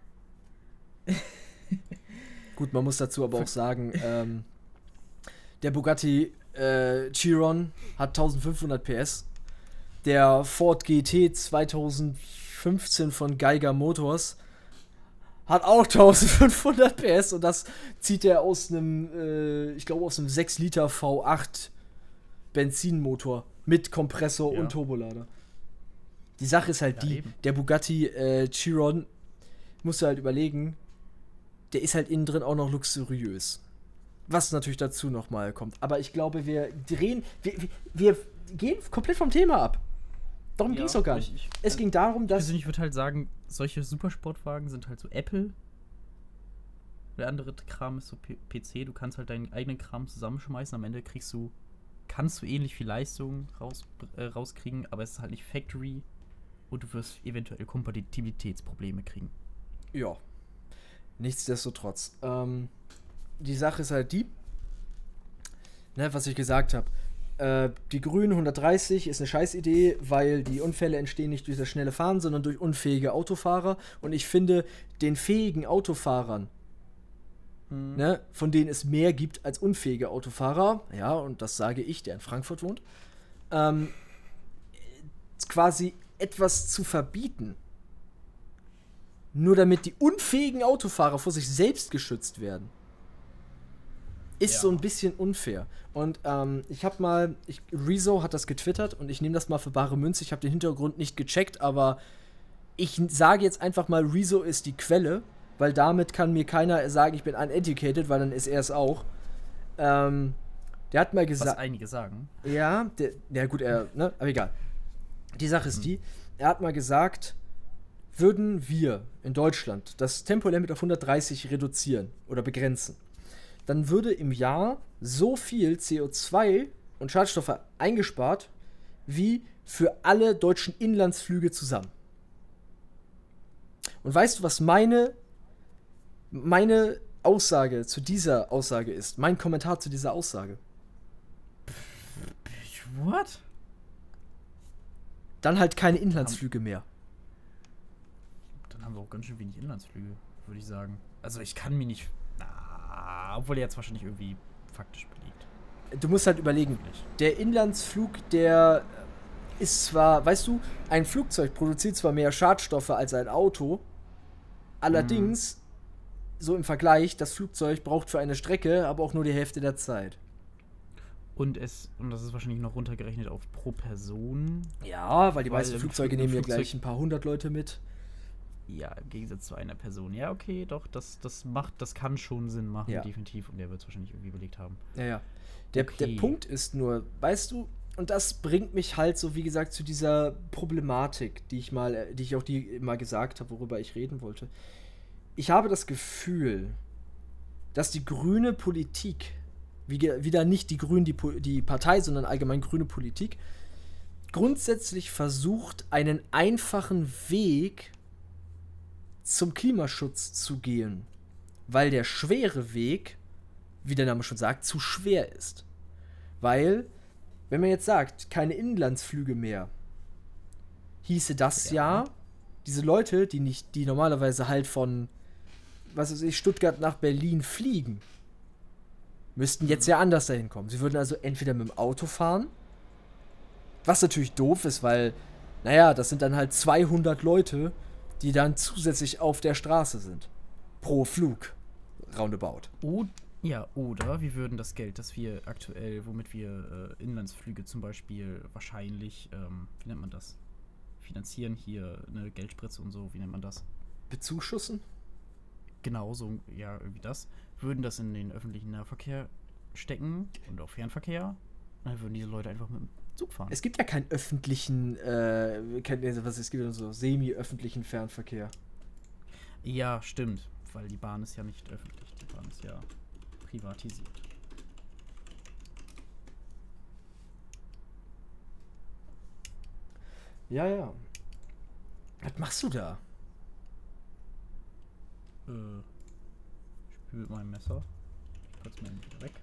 Gut, man muss dazu aber auch sagen, ähm, der Bugatti äh, Chiron hat eintausendfünfhundert P S. Der Ford G T zweitausendfünfzehn von Geiger Motors hat auch eintausendfünfhundert P S und das zieht er aus einem, äh, ich glaube, aus einem sechs Liter V acht Benzinmotor mit Kompressor Ja. und Turbolader. Die Sache ist halt Ja, die, eben. der Bugatti äh, Chiron, musst du halt überlegen, der ist halt innen drin auch noch luxuriös. Was natürlich dazu nochmal kommt. Aber ich glaube, wir drehen, wir, wir, wir gehen komplett vom Thema ab. Darum Ja, ging es doch gar ich- nicht. ich- Es ging darum, Ich dass... persönlich würde halt sagen, solche Supersportwagen sind halt so Apple. Der andere Kram ist so P- PC. Du kannst halt deinen eigenen Kram zusammenschmeißen. Am Ende kriegst du, kannst du ähnlich viel Leistung raus, äh, rauskriegen, aber es ist halt nicht Factory und du wirst eventuell Kompatibilitätsprobleme kriegen. Ja. Nichtsdestotrotz. Ähm, die Sache ist halt die, ne, was ich gesagt habe. Äh, die grünen hundertdreißig ist eine Scheißidee, weil die Unfälle entstehen nicht durch das schnelle Fahren, sondern durch unfähige Autofahrer. Und ich finde, den fähigen Autofahrern, ne, von denen es mehr gibt als unfähige Autofahrer, ja, und das sage ich, der in Frankfurt wohnt, ähm, quasi etwas zu verbieten, nur damit die unfähigen Autofahrer vor sich selbst geschützt werden, ist Ja. so ein bisschen unfair. Und ähm, ich habe mal, ich, Rezo hat das getwittert und ich nehme das mal für bare Münze. Ich habe den Hintergrund nicht gecheckt, aber ich sage jetzt einfach mal, Rezo ist die Quelle, weil damit kann mir keiner sagen, ich bin uneducated, weil dann ist er es auch. Ähm, der hat mal Was gesagt, einige sagen. ja, der, ja gut, er, ne, aber egal. Die Sache ist die, er hat mal gesagt, würden wir in Deutschland das Tempolimit auf hundertdreißig reduzieren oder begrenzen, dann würde im Jahr so viel C O zwei und Schadstoffe eingespart wie für alle deutschen Inlandsflüge zusammen. Und weißt du, was meine, meine Aussage zu dieser Aussage ist? Mein Kommentar zu dieser Aussage? What? Dann halt keine Inlandsflüge mehr. Dann haben wir auch ganz schön wenig Inlandsflüge, würde ich sagen. Also ich kann mir nicht. Na, obwohl er jetzt wahrscheinlich irgendwie faktisch belegt. Du musst halt überlegen, Vielleicht. der Inlandsflug, der ist zwar, weißt du, ein Flugzeug produziert zwar mehr Schadstoffe als ein Auto, allerdings so im Vergleich, das Flugzeug braucht für eine Strecke aber auch nur die Hälfte der Zeit. Und es, und das ist wahrscheinlich noch runtergerechnet auf pro Person. Ja, weil die Weil meisten im Flugzeuge Flug- nehmen ja Flugzeug- gleich ein paar hundert Leute mit. Ja, im Gegensatz zu einer Person. Ja, okay, doch, das, das macht, das kann schon Sinn machen, Ja. definitiv. Und der wird es wahrscheinlich irgendwie überlegt haben. Ja, ja. Der, Okay. der Punkt ist nur, weißt du, und das bringt mich halt so, wie gesagt, zu dieser Problematik, die ich mal, äh, die ich auch die mal gesagt habe, worüber ich reden wollte. Ich habe das Gefühl, dass die grüne Politik, wie, ge- wieder nicht die Grünen, die, Po- die Partei, sondern allgemein grüne Politik, grundsätzlich versucht, einen einfachen Weg zum Klimaschutz zu gehen. Weil der schwere Weg, wie der Name schon sagt, zu schwer ist. Weil, wenn man jetzt sagt, keine Inlandsflüge mehr, hieße das ja, Ja. diese Leute, die nicht, die normalerweise halt von, was weiß ich, Stuttgart nach Berlin fliegen, müssten jetzt ja anders dahin kommen. Sie würden also entweder mit dem Auto fahren, was natürlich doof ist, weil, naja, das sind dann halt zweihundert Leute, die dann zusätzlich auf der Straße sind. Pro Flug. Roundabout. O ja, oder wir würden das Geld, das wir aktuell, womit wir äh, Inlandsflüge zum Beispiel wahrscheinlich, ähm, wie nennt man das? Finanzieren, hier eine Geldspritze und so, wie nennt man das? Bezuschussen? Genau, so, ja, irgendwie das. Würden das in den öffentlichen Nahverkehr stecken und auch Fernverkehr. Dann würden diese Leute einfach mit dem Zug fahren. Es gibt ja keinen öffentlichen, äh, kein, also was es gibt ja so semi-öffentlichen Fernverkehr. Ja, stimmt. Weil die Bahn ist ja nicht öffentlich. Die Bahn ist ja privatisiert. Ja, ja. Was machst du da? Äh, ich spiele mit meinem Messer. Ich pack's mir wieder weg.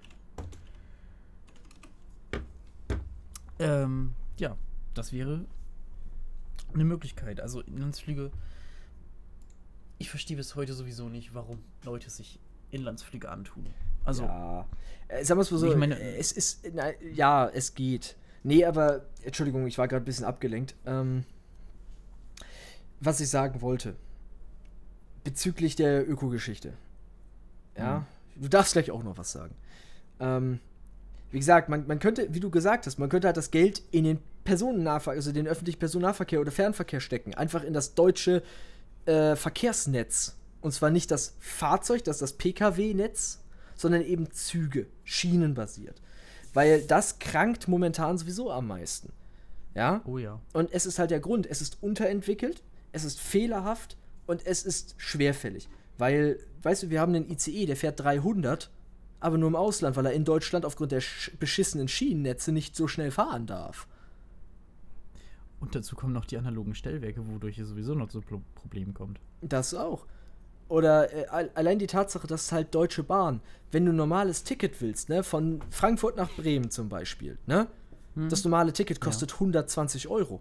Ähm, ja, das wäre eine Möglichkeit. Also Inlandsflüge. Ich verstehe bis heute sowieso nicht, warum Leute sich Inlandsflüge antun. Also, ja. Äh, sagen wir es mal so, Ich meine- äh, es ist, na, ja, es geht. Nee, aber, Entschuldigung, ich war gerade ein bisschen abgelenkt. Ähm, was ich sagen wollte, bezüglich der Ökogeschichte. Ja, du darfst gleich auch noch was sagen. Ähm, wie gesagt, man, man könnte, wie du gesagt hast, man könnte halt das Geld in den Personennahverkehr, also den öffentlichen Personennahverkehr oder Fernverkehr stecken. Einfach in das deutsche äh, Verkehrsnetz. Und zwar nicht das Fahrzeug, das ist das P K W-Netz, sondern eben Züge, schienenbasiert. Weil das krankt momentan sowieso am meisten. Ja? oh ja. Und es ist halt der Grund, es ist unterentwickelt, es ist fehlerhaft und es ist schwerfällig. Weil, weißt du, wir haben einen I C E, der fährt dreihundert, aber nur im Ausland, weil er in Deutschland aufgrund der sch- beschissenen Schienennetze nicht so schnell fahren darf. Und dazu kommen noch die analogen Stellwerke, wodurch es sowieso noch zu Pro Problemen kommt. Das auch. Oder äh, al- allein die Tatsache, dass halt Deutsche Bahn, wenn du ein normales Ticket willst, ne, von Frankfurt nach Bremen zum Beispiel, ne, Hm. das normale Ticket kostet hundertzwanzig Euro.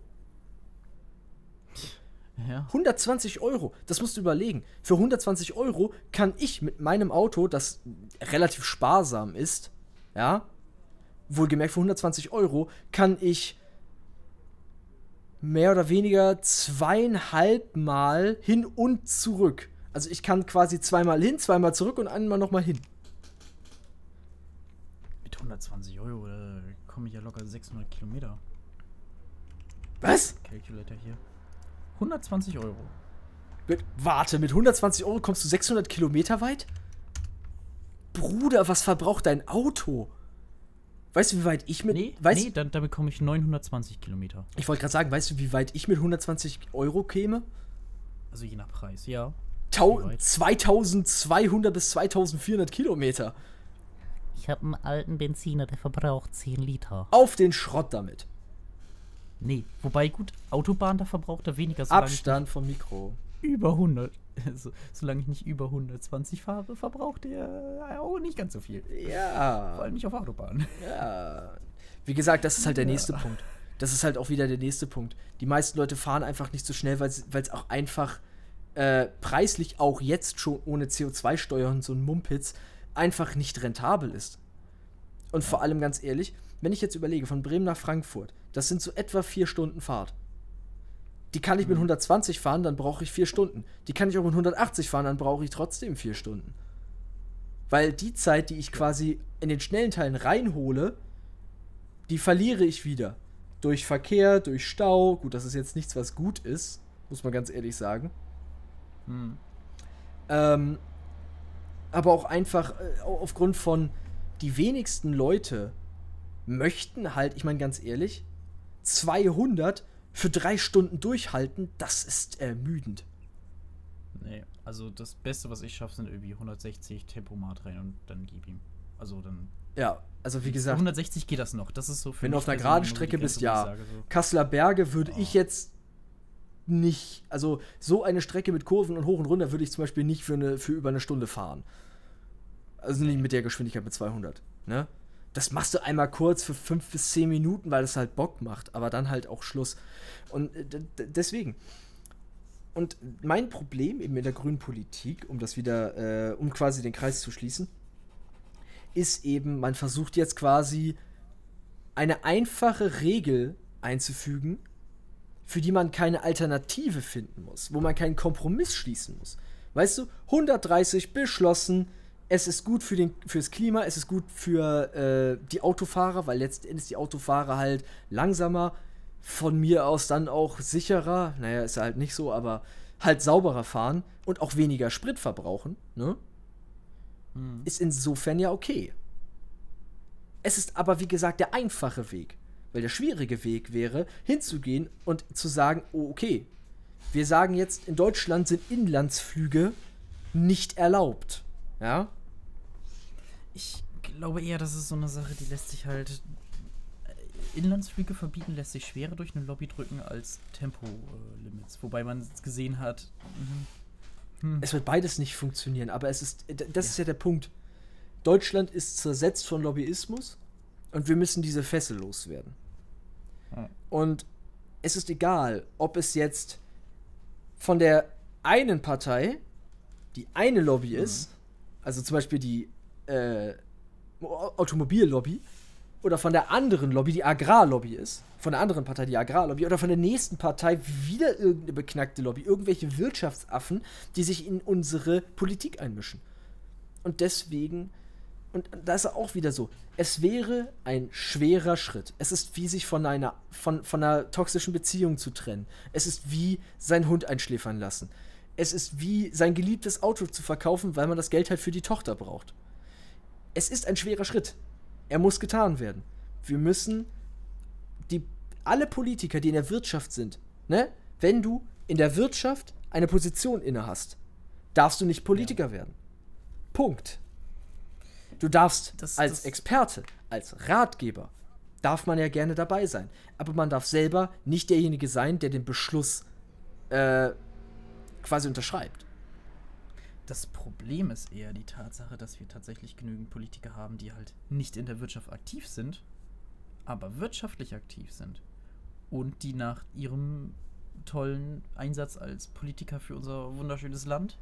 Ja. hundertzwanzig Euro, das musst du überlegen. Für hundertzwanzig Euro kann ich mit meinem Auto, das relativ sparsam ist, ja, wohlgemerkt für hundertzwanzig Euro, kann ich mehr oder weniger zweieinhalb Mal hin und zurück. Also ich kann quasi zweimal hin, zweimal zurück und einmal nochmal hin. Mit hundertzwanzig Euro äh, komme ich ja locker sechshundert Kilometer. Was? Calculator hier. hundertzwanzig Euro. Mit, warte, mit hundertzwanzig Euro kommst du sechshundert Kilometer weit? Bruder, was verbraucht dein Auto? Weißt du, wie weit ich mit... Nee, weißt, nee dann, damit komme ich neunhundertzwanzig Kilometer. Ich wollte gerade sagen, weißt du, wie weit ich mit hundertzwanzig Euro käme? Also je nach Preis, ja. Tau Wie weit? zweitausendzweihundert bis zweitausendvierhundert Kilometer. Ich habe einen alten Benziner, der verbraucht zehn Liter. Auf den Schrott damit. Nee, wobei gut, Autobahn, da verbraucht er weniger, solange Abstand vom Mikro. ich nicht über hundert, so, solange ich nicht über hundertzwanzig fahre, verbraucht er auch nicht ganz so viel. Vor Ja. allem nicht auf Autobahn. Ja. Wie gesagt, das ist halt der nächste Punkt. Das ist halt auch wieder der nächste Punkt. Die meisten Leute fahren einfach nicht so schnell, weil es auch einfach äh, preislich auch jetzt schon ohne C O zwei Steuer und so ein Mumpitz einfach nicht rentabel ist. Und vor allem ganz ehrlich, wenn ich jetzt überlege, von Bremen nach Frankfurt, das sind so etwa vier Stunden Fahrt. Die kann ich mit hundertzwanzig fahren, dann brauche ich vier Stunden. Die kann ich auch mit hundertachtzig fahren, dann brauche ich trotzdem vier Stunden. Weil die Zeit, die ich quasi in den schnellen Teilen reinhole, die verliere ich wieder. Durch Verkehr, durch Stau. Gut, das ist jetzt nichts, was gut ist, muss man ganz ehrlich sagen. Hm. Ähm, aber auch einfach äh, aufgrund von die wenigsten Leute möchten halt, ich meine ganz ehrlich, zweihundert für drei Stunden durchhalten, das ist ermüdend. Nee, also das Beste, was ich schaffe, sind irgendwie hundertsechzig Tempomat rein und dann gib ihm. Also dann. Ja, also wie gesagt. hundertsechzig geht das noch. Das ist so für wenn du auf einer geraden Strecke bist, ja. Sage, so. Kasseler Berge würde Oh. ich jetzt nicht, also so eine Strecke mit Kurven und hoch und runter würde ich zum Beispiel nicht für, eine, für über eine Stunde fahren. Also nicht mit der Geschwindigkeit mit zweihundert, ne? Das machst du einmal kurz für fünf bis zehn Minuten, weil das halt Bock macht, aber dann halt auch Schluss. Und äh, d- d- deswegen. Und mein Problem eben in der grünen Politik, um das wieder, äh, um quasi den Kreis zu schließen, ist eben, man versucht jetzt quasi eine einfache Regel einzufügen, für die man keine Alternative finden muss, wo man keinen Kompromiss schließen muss. Weißt du, hundertdreißig beschlossen, es ist gut für den, fürs Klima, es ist gut für äh, die Autofahrer, weil letztendlich die Autofahrer halt langsamer, von mir aus dann auch sicherer, naja, ist ja halt nicht so, aber halt sauberer fahren und auch weniger Sprit verbrauchen, ne? Hm. Ist insofern ja okay. Es ist aber, wie gesagt, der einfache Weg. Weil der schwierige Weg wäre, hinzugehen und zu sagen, oh, okay, wir sagen jetzt, in Deutschland sind Inlandsflüge nicht erlaubt. Ja? Ich glaube eher, das ist so eine Sache, die lässt sich halt. Inlandsflüge verbieten lässt sich schwerer durch eine Lobby drücken als Tempolimits. Wobei man gesehen hat. Hm. Es wird beides nicht funktionieren, aber es ist, das Ja. ist ja der Punkt. Deutschland ist zersetzt von Lobbyismus und wir müssen diese Fessel loswerden. Ja. Und es ist egal, ob es jetzt von der einen Partei die eine Lobby Mhm. ist, also zum Beispiel die äh, Automobillobby, oder von der anderen Lobby die Agrarlobby ist, von der anderen Partei die Agrarlobby, oder von der nächsten Partei wieder irgendeine beknackte Lobby, irgendwelche Wirtschaftsaffen, die sich in unsere Politik einmischen. Und deswegen, und da ist auch wieder so, es wäre ein schwerer Schritt. Es ist wie sich von einer, von, von einer toxischen Beziehung zu trennen. Es ist wie seinen Hund einschläfern lassen. Es ist wie sein geliebtes Auto zu verkaufen, weil man das Geld halt für die Tochter braucht. Es ist ein schwerer Schritt. Er muss getan werden. Wir müssen die, alle Politiker, die in der Wirtschaft sind, ne, wenn du in der Wirtschaft eine Position inne hast, darfst du nicht Politiker Ja. werden. Punkt. Du darfst Das- als das- Experte, als Ratgeber, darf man ja gerne dabei sein. Aber man darf selber nicht derjenige sein, der den Beschluss äh, quasi unterschreibt. Das Problem ist eher die Tatsache, dass wir tatsächlich genügend Politiker haben, die halt nicht in der Wirtschaft aktiv sind, aber wirtschaftlich aktiv sind. Und die nach ihrem tollen Einsatz als Politiker für unser wunderschönes Land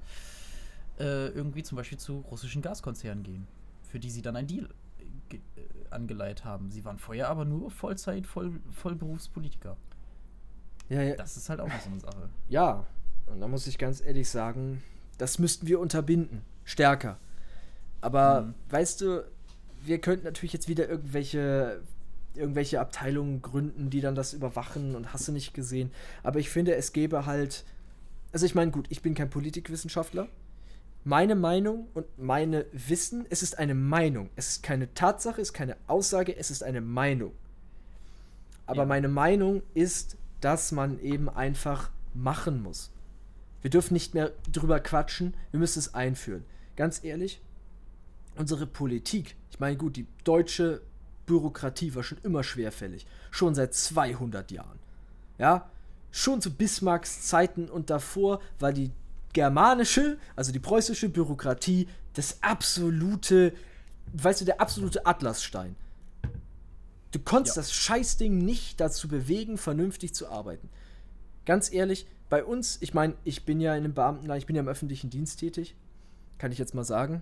äh, irgendwie zum Beispiel zu russischen Gaskonzernen gehen, für die sie dann einen Deal äh, äh, angeleitet haben. Sie waren vorher aber nur Vollzeit, voll, Vollberufspolitiker. Ja, ja. Das ist halt auch noch so eine Sache. Ja, und da muss ich ganz ehrlich sagen, das müssten wir unterbinden. Stärker. Aber, Mhm. weißt du, wir könnten natürlich jetzt wieder irgendwelche, irgendwelche Abteilungen gründen, die dann das überwachen und hast du nicht gesehen. Aber ich finde, es gäbe halt. Also, ich meine, gut, ich bin kein Politikwissenschaftler. Meine Meinung und meine Wissen, es ist eine Meinung. Es ist keine Tatsache, es ist keine Aussage, es ist eine Meinung. Aber Ja. meine Meinung ist, dass man eben einfach machen muss. Wir dürfen nicht mehr drüber quatschen, wir müssen es einführen. Ganz ehrlich, unsere Politik, ich meine gut, die deutsche Bürokratie war schon immer schwerfällig. Schon seit zweihundert Jahren. Ja, schon zu Bismarcks Zeiten und davor war die germanische, also die preußische Bürokratie das absolute, weißt du, der absolute Atlasstein. Du konntest Ja. das Scheißding nicht dazu bewegen, vernünftig zu arbeiten. Ganz ehrlich, bei uns, ich meine, ich bin ja in einem Beamtenland, ich bin ja im öffentlichen Dienst tätig, kann ich jetzt mal sagen.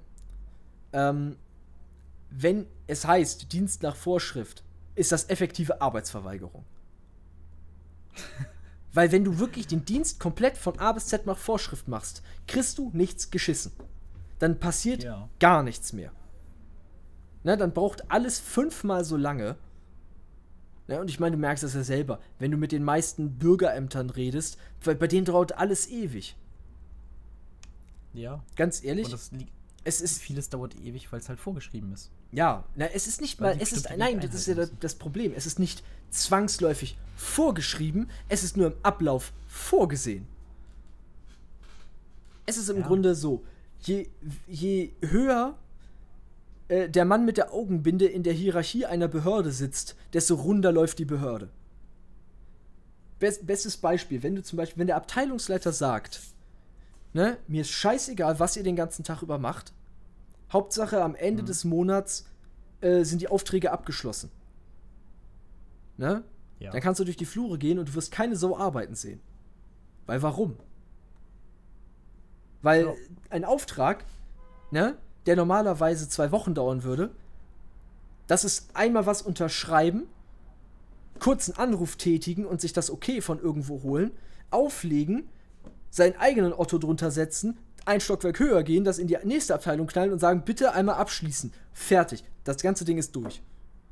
Ähm, wenn es heißt, Dienst nach Vorschrift, ist das effektive Arbeitsverweigerung. Weil wenn du wirklich den Dienst komplett von A bis Z nach Vorschrift machst, kriegst du nichts geschissen. Dann passiert Ja. gar nichts mehr. Ne, dann braucht alles fünfmal so lange. Ne, und ich meine, du merkst das ja selber. Wenn du mit den meisten Bürgerämtern redest, weil bei denen dauert alles ewig. Ja. Ganz ehrlich, Und das liegt, es ist, vieles dauert ewig, weil es halt vorgeschrieben ist. ja, na, es ist nicht Weil mal, die es ist, bestimmte nein, das ist ja das, einhalten das Problem. Es ist nicht zwangsläufig vorgeschrieben, es ist nur im Ablauf vorgesehen. Es ist im Ja. Grunde so, je, je höher äh, der Mann mit der Augenbinde in der Hierarchie einer Behörde sitzt, desto runder läuft die Behörde. Best, bestes Beispiel, wenn du zum Beispiel, wenn der Abteilungsleiter sagt, ne, mir ist scheißegal, was ihr den ganzen Tag über macht, Hauptsache am Ende Mhm. des Monats äh, sind die Aufträge abgeschlossen. Ne? Ja. Dann kannst du durch die Flure gehen und du wirst keine Sau arbeiten sehen. Weil warum? Weil Ja. ein Auftrag, ne, der normalerweise zwei Wochen dauern würde, das ist einmal was unterschreiben, kurzen Anruf tätigen und sich das Okay von irgendwo holen, auflegen, seinen eigenen Otto drunter setzen, ein Stockwerk höher gehen, das in die nächste Abteilung knallen und sagen, bitte einmal abschließen. Fertig. Das ganze Ding ist durch.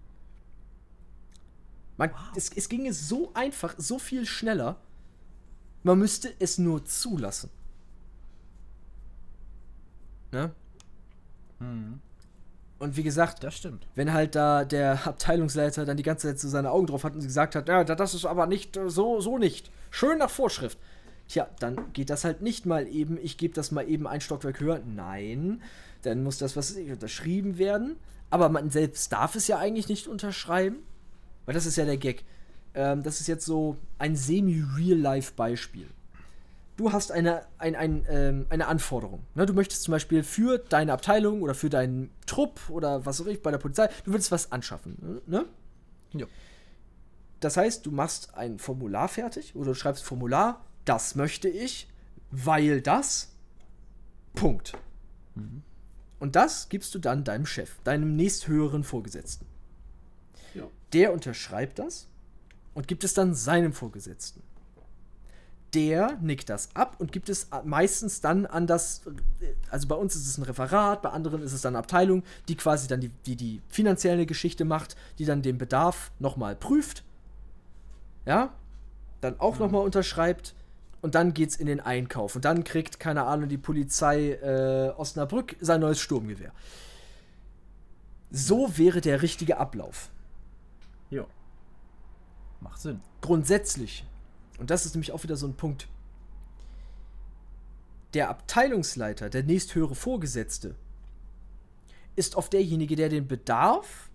Man, es, es ginge so einfach, so viel schneller. Man müsste es nur zulassen. Ne? Mhm. Und wie gesagt, Das stimmt. wenn halt da der Abteilungsleiter dann die ganze Zeit so seine Augen drauf hat und gesagt hat, ja, das ist aber nicht, äh, so, so nicht. Schön nach Vorschrift. Tja, dann geht das halt nicht mal eben, ich gebe das mal eben ein Stockwerk höher. Nein, dann muss das, was weiß ich, unterschrieben werden. Aber man selbst darf es ja eigentlich nicht unterschreiben. Weil das ist ja der Gag. Ähm, das ist jetzt so ein semi-real-life-Beispiel. Du hast eine, ein, ein, ähm, eine Anforderung. Ne? Du möchtest zum Beispiel für deine Abteilung oder für deinen Trupp oder was auch ich bei der Polizei, du willst was anschaffen. Ne? Ja. Das heißt, du machst ein Formular fertig oder du schreibst Formular, das möchte ich, weil das, Punkt. Mhm. Und das gibst du dann deinem Chef, deinem nächsthöheren Vorgesetzten. Ja. Der unterschreibt das und gibt es dann seinem Vorgesetzten. Der nickt das ab und gibt es meistens dann an das, also bei uns ist es ein Referat, bei anderen ist es dann eine Abteilung, die quasi dann die, die, die finanzielle Geschichte macht, die dann den Bedarf nochmal prüft, ja, dann auch Mhm. nochmal unterschreibt und dann geht's in den Einkauf und dann kriegt, keine Ahnung, die Polizei äh, Osnabrück sein neues Sturmgewehr. So wäre der richtige Ablauf. Ja. Macht Sinn. Grundsätzlich. Und das ist nämlich auch wieder so ein Punkt. Der Abteilungsleiter, der nächsthöhere Vorgesetzte, ist oft derjenige, der den Bedarf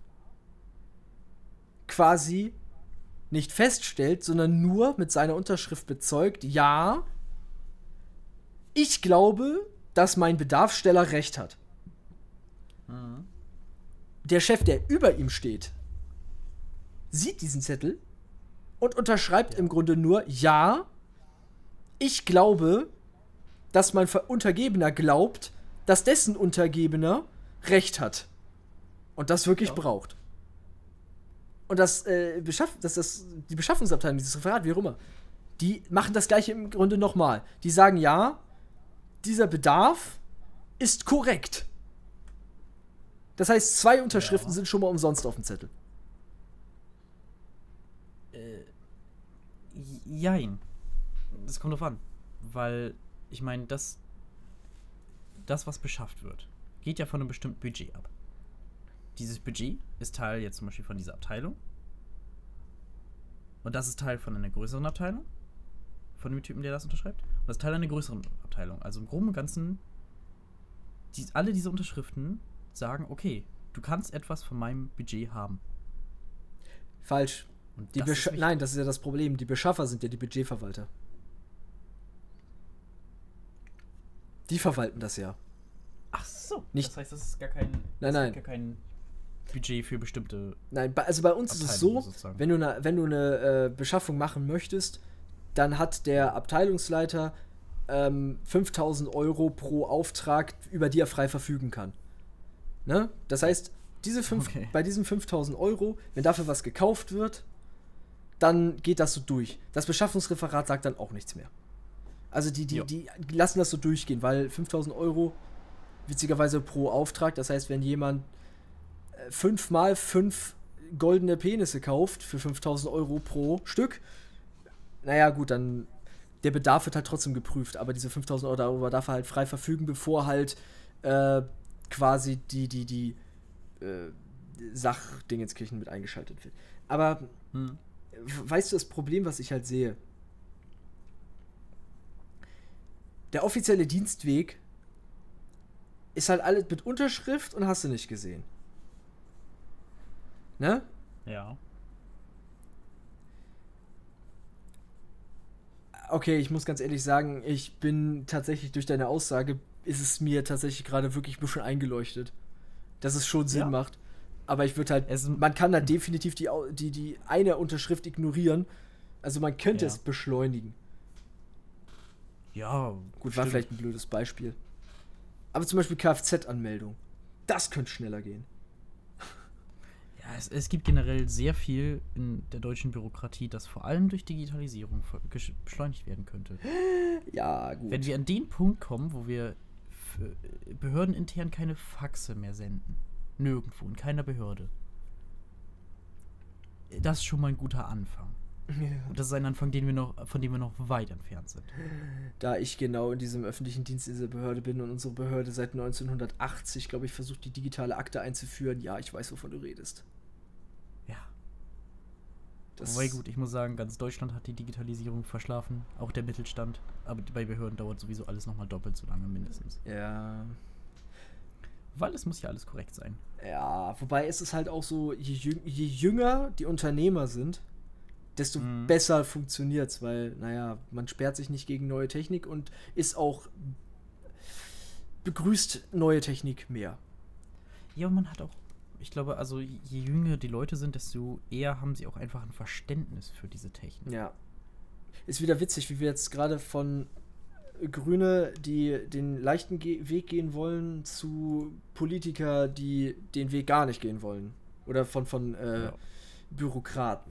quasi nicht feststellt, sondern nur mit seiner Unterschrift bezeugt, ja, ich glaube, dass mein Bedarfssteller recht hat. Mhm. Der Chef, der über ihm steht, sieht diesen Zettel und unterschreibt Ja. im Grunde nur, ja, ich glaube, dass mein Ver- Untergebener glaubt, dass dessen Untergebener Recht hat. Und das wirklich Ja. braucht. Und das, äh, Beschaff das, das, die Beschaffungsabteilung, dieses Referat, wie auch immer, die machen das gleiche im Grunde nochmal. Die sagen, ja, dieser Bedarf ist korrekt. Das heißt, zwei Unterschriften Ja. sind schon mal umsonst auf dem Zettel. Jein. Das kommt drauf an. Weil, ich meine, das, das, was beschafft wird, geht ja von einem bestimmten Budget ab. Dieses Budget ist Teil jetzt zum Beispiel von dieser Abteilung. Und das ist Teil von einer größeren Abteilung. Von dem Typen, der das unterschreibt. Und das ist Teil einer größeren Abteilung. Also im Groben und Ganzen, die, alle diese Unterschriften sagen, okay, du kannst etwas von meinem Budget haben. Falsch. Und Die das ist Bescha- wichtig. Nein, das ist ja das Problem. Die Beschaffer sind ja die Budgetverwalter. Die verwalten das ja. Ach so. Nicht- Das heißt, das ist gar kein, Nein, das nein. ist gar kein Budget für bestimmte. Nein, bei, also bei uns ist es Abteilung so, sozusagen. wenn du eine, wenn du eine äh, Beschaffung machen möchtest, dann hat der Abteilungsleiter ähm, fünftausend Euro pro Auftrag, über die er frei verfügen kann. Ne? Das heißt, diese fünf, Okay. bei diesen fünftausend Euro, wenn dafür was gekauft wird, dann geht das so durch. Das Beschaffungsreferat sagt dann auch nichts mehr. Also die, die, Jo. die lassen das so durchgehen, weil fünftausend Euro witzigerweise pro Auftrag, das heißt, wenn jemand äh, fünfmal fünf goldene Penisse kauft für fünftausend Euro pro Stück, naja gut, dann der Bedarf wird halt trotzdem geprüft, aber diese fünftausend Euro darüber darf er halt frei verfügen, bevor halt äh, quasi die, die, die äh, Sachdingenskirchen mit eingeschaltet wird. Aber Hm. weißt du, das Problem, was ich halt sehe? Der offizielle Dienstweg ist halt alles mit Unterschrift und hast du nicht gesehen. Ne? Ja. Okay, ich muss ganz ehrlich sagen, ich bin tatsächlich durch deine Aussage, ist es mir tatsächlich gerade wirklich ein bisschen eingeleuchtet, dass es schon Sinn Ja. macht. Aber ich würde halt, Es- man kann da definitiv die, Au- die, die eine Unterschrift ignorieren. Also man könnte Ja. es beschleunigen. Ja. Gut, war stimmt. vielleicht ein blödes Beispiel. Aber zum Beispiel Kfz-Anmeldung. Das könnte schneller gehen. Ja, es, es gibt generell sehr viel in der deutschen Bürokratie, das vor allem durch Digitalisierung ver- gesch- beschleunigt werden könnte. Ja, gut. Wenn wir an den Punkt kommen, wo wir f- behördenintern keine Faxe mehr senden. Nirgendwo, in keiner Behörde. Das ist schon mal ein guter Anfang. Und das ist ein Anfang, den wir noch, von dem wir noch weit entfernt sind. Da ich genau in diesem öffentlichen Dienst dieser Behörde bin und unsere Behörde seit neunzehnhundertachtzig, glaube ich, versucht, die digitale Akte einzuführen, ja, ich weiß, wovon du redest. Ja. Das Wobei gut, ich muss sagen, ganz Deutschland hat die Digitalisierung verschlafen, auch der Mittelstand. Aber bei Behörden dauert sowieso alles nochmal doppelt so lange mindestens. Ja. Weil es muss ja alles korrekt sein. Ja, wobei ist es halt auch so, je, jüng je jünger die Unternehmer sind, desto Mhm. besser funktioniert's, weil, naja, man sperrt sich nicht gegen neue Technik und ist auch begrüßt neue Technik mehr. Ja, und man hat auch, ich glaube, also je jünger die Leute sind, desto eher haben sie auch einfach ein Verständnis für diese Technik. Ja. Ist wieder witzig, wie wir jetzt gerade von Grüne, die den leichten Ge Weg gehen wollen, zu Politiker, die den Weg gar nicht gehen wollen. Oder von, von äh, Ja. Bürokraten.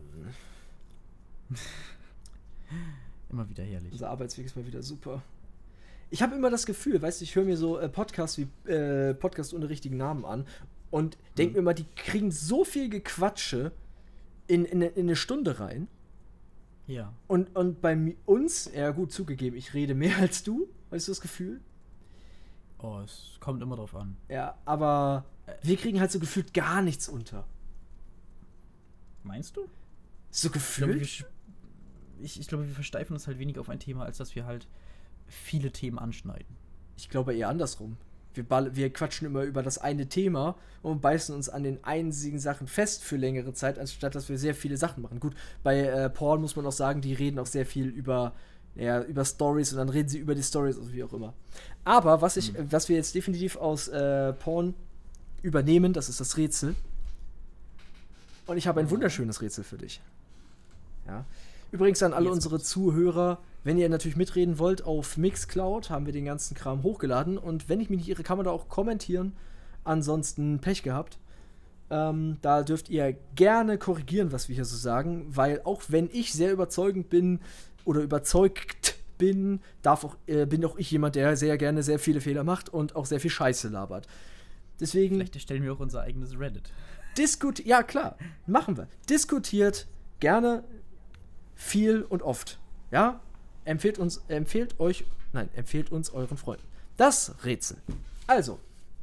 Immer wieder herrlich. Unser Arbeitsweg ist mal wieder super. Ich habe immer das Gefühl, weißt du, ich höre mir so äh, Podcasts wie äh, Podcast ohne richtigen Namen an und denke Mhm. mir immer, die kriegen so viel Gequatsche in, in, in eine Stunde rein. Ja. Und, und bei mi- uns, ja gut, zugegeben, ich rede mehr als du, hast du das Gefühl? Oh, es kommt immer drauf an. Ja, aber wir kriegen halt so gefühlt gar nichts unter. Meinst du? So Ich glaube, gefühlt? wir, sch- ich, ich glaube, wir versteifen uns halt wenig auf ein Thema, als dass wir halt viele Themen anschneiden. Ich glaube eher andersrum. Wir, ball wir quatschen immer über das eine Thema und beißen uns an den einzigen Sachen fest für längere Zeit, anstatt dass wir sehr viele Sachen machen. Gut, bei äh, Porn muss man auch sagen, die reden auch sehr viel über, ja, über Stories und dann reden sie über die Stories und wie auch immer. Aber was, ich, Mhm. was wir jetzt definitiv aus äh, Porn übernehmen, das ist das Rätsel. Und ich habe ein wunderschönes Rätsel für dich. Ja. Übrigens an alle Jetzt unsere kommt's. Zuhörer, wenn ihr natürlich mitreden wollt, auf Mixcloud haben wir den ganzen Kram hochgeladen. Und wenn ich mich nicht irre, kann man da auch kommentieren. Ansonsten Pech gehabt. Ähm, da dürft ihr gerne korrigieren, was wir hier so sagen. Weil auch wenn ich sehr überzeugend bin oder überzeugt bin, darf auch, äh, bin auch ich jemand, der sehr gerne sehr viele Fehler macht und auch sehr viel Scheiße labert. Deswegen Vielleicht erstellen wir auch unser eigenes Reddit. diskutiert, ja klar, machen wir. Diskutiert gerne viel und oft. Ja? Empfehlt uns, empfehlt euch, nein, empfehlt uns euren Freunden. Das Rätsel. Also.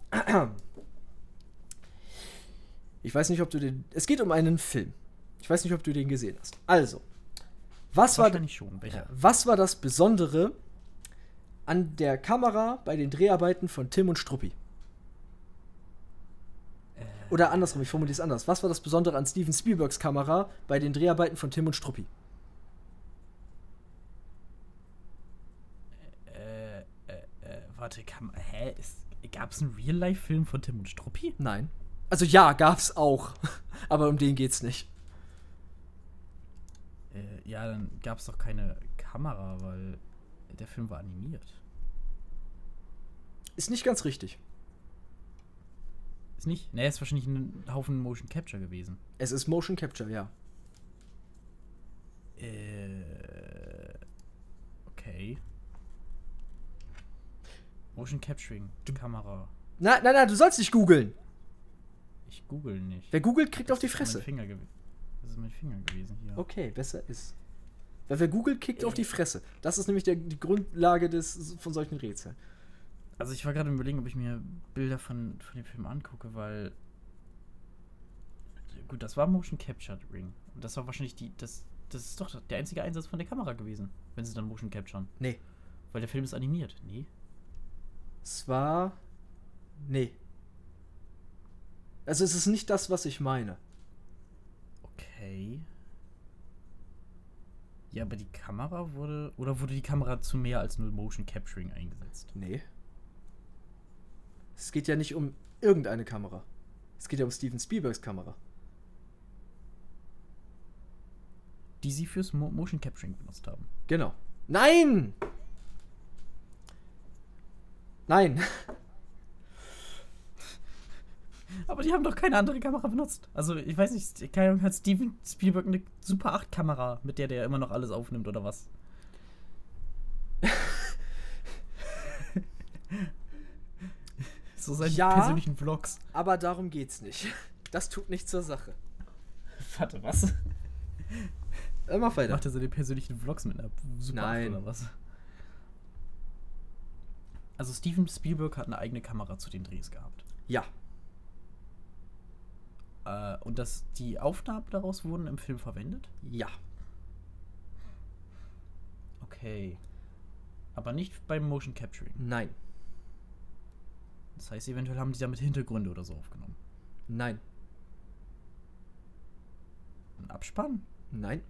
Ich weiß nicht, ob du den. Es geht um einen Film. Ich weiß nicht, ob du den gesehen hast. Also. Was war, Wahrscheinlich schon. Welcher? was war das Besondere an der Kamera bei den Dreharbeiten von Tim und Struppi? Oder andersrum, ich formuliere es anders. Was war das Besondere an Steven Spielbergs Kamera bei den Dreharbeiten von Tim und Struppi? Äh, äh, äh, warte, kam, hä? Gab es einen Real-Life-Film von Tim und Struppi? Nein. Also ja, gab's auch. Aber um den geht's nicht. Äh, ja, dann gab es doch keine Kamera, weil der Film war animiert. Ist nicht ganz richtig. Ist nicht? Ne, ist wahrscheinlich ein Haufen Motion Capture gewesen. Es ist Motion Capture, ja. Äh. Okay. Motion Capturing. Kamera. Nein, nein, nein, du sollst nicht googeln. Ich google nicht. Wer googelt, kriegt auf die Das ist Fresse. mein Finger gew- Das ist mein Finger gewesen hier. Okay, besser ist. Weil wer googelt, kriegt auf die Fresse. Das ist nämlich der, die Grundlage des, von solchen Rätseln. Also ich war gerade überlegen, ob ich mir Bilder von, von dem Film angucke, weil. Gut, das war Motion Captured Ring. Und das war wahrscheinlich die. Das, das ist doch der einzige Einsatz von der Kamera gewesen, wenn sie dann Motion capturen. Nee. Weil der Film ist animiert. Nee. Es war. Nee. Also es ist nicht das, was ich meine. Okay. Ja, aber die Kamera wurde. Oder wurde die Kamera zu mehr als nur Motion Capturing eingesetzt? Nee. Es geht ja nicht um irgendeine Kamera. Es geht ja um Steven Spielbergs Kamera. Die sie fürs Mo Motion Capturing benutzt haben. Genau. Nein! Nein. Aber die haben doch keine andere Kamera benutzt. Also, ich weiß nicht, keine Ahnung, hat Steven Spielberg eine Super acht Kamera, mit der der immer noch alles aufnimmt, oder was? So seine Ja. persönlichen Vlogs. Aber darum geht's nicht. Das tut nichts zur Sache. Warte, was? Äh, mach weiter. Macht er seine persönlichen Vlogs mit einer Super Nein. acht oder was? Also, Steven Spielberg hat eine eigene Kamera zu den Drehs gehabt. Ja. Äh, und dass die Aufnahmen daraus wurden im Film verwendet? Ja. Okay. Aber nicht beim Motion Capturing. Nein. Das heißt, eventuell haben die damit Hintergründe oder so aufgenommen. Nein. Ein Abspann? Nein.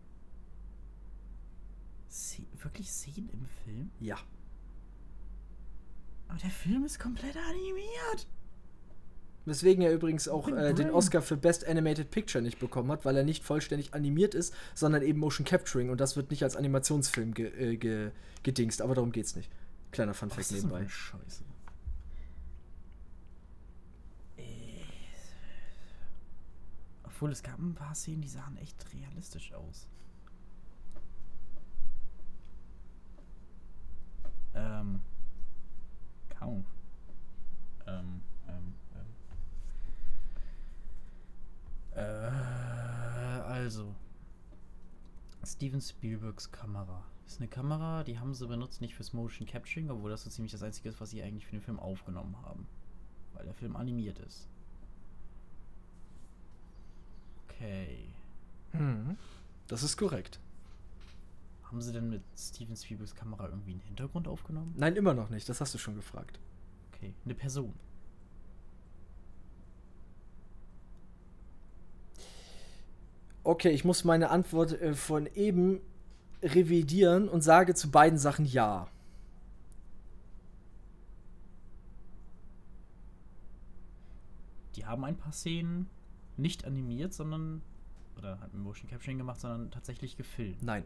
Se wirklich Szenen im Film? Ja. Aber der Film ist komplett animiert. Weswegen er übrigens auch Big äh, den Brain. Oscar für Best Animated Picture nicht bekommen hat, weil er nicht vollständig animiert ist, sondern eben Motion Capturing und das wird nicht als Animationsfilm ge äh, ge gedingst, aber darum geht's nicht. Kleiner Fun Was Fact ist denn für nebenbei. eine Scheiße? Äh. Obwohl, es gab ein paar Szenen, die sahen echt realistisch aus. Ähm. Kaum. Ähm, ähm, ähm. Äh, also. Steven Spielbergs Kamera. Ist eine Kamera, die haben sie benutzt nicht fürs Motion Capturing, obwohl das so ziemlich das Einzige ist, was sie eigentlich für den Film aufgenommen haben. Weil der Film animiert ist. Okay. Hm. Das ist korrekt. Haben sie denn mit Steven Spielbergs Kamera irgendwie einen Hintergrund aufgenommen? Nein, immer noch nicht. Das hast du schon gefragt. Okay. Eine Person. Okay, ich muss meine Antwort äh, von eben revidieren und sage zu beiden Sachen ja. Die haben ein paar Szenen nicht animiert, sondern. Oder hat ein Motion Capturing gemacht, sondern tatsächlich gefilmt. Nein.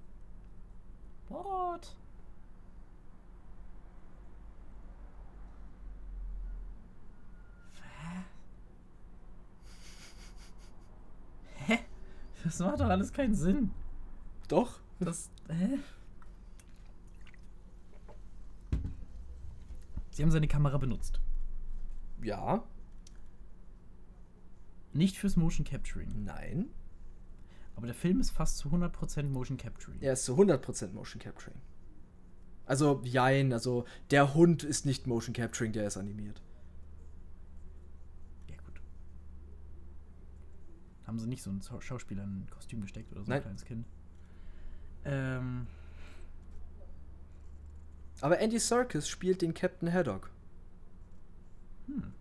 What? Hä? Hä? Das macht doch alles keinen Sinn. Doch? Das. Hä? Sie haben seine Kamera benutzt. Ja. Nicht fürs Motion Capturing. Nein. Aber der Film ist fast zu hundert Prozent Motion Capturing. Er ist zu hundert Prozent Motion Capturing. Also, jein, also der Hund ist nicht Motion Capturing, der ist animiert. Ja, gut. Haben sie nicht so einen Schauspieler in ein Kostüm gesteckt oder so Nein. ein kleines Kind? Ähm. Aber Andy Serkis spielt den Captain Haddock. Hm.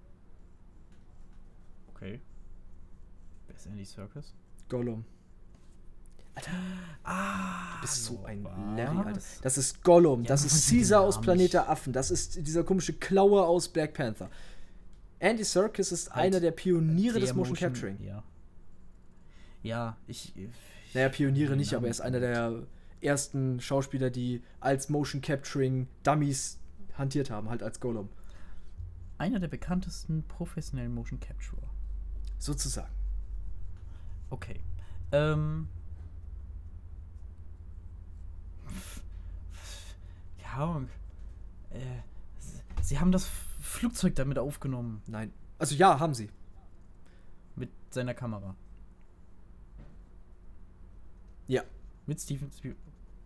Okay. Wer ist Andy Serkis? Gollum. Alter, Ah, du bist so ein was? Larry, Alter. Das ist Gollum, Ja, das man ist weiß den Caesar aus Namen Planet nicht. der Affen, das ist dieser komische Klaue aus Black Panther. Andy Serkis ist Halt einer der Pioniere Der des Motion Capturing. Ja. Ja, ich. ich Naja, Pioniere den nicht, aber er Namen ist einer der ersten Schauspieler, die als Motion Capturing Dummies hantiert haben, halt als Gollum. Einer der bekanntesten professionellen Motion Capturer. Sozusagen. Okay. Ähm. keine Ahnung. Äh, sie haben das Flugzeug damit aufgenommen. Nein. Also ja, haben sie. Mit seiner Kamera. Ja. Mit Steven Spielberg.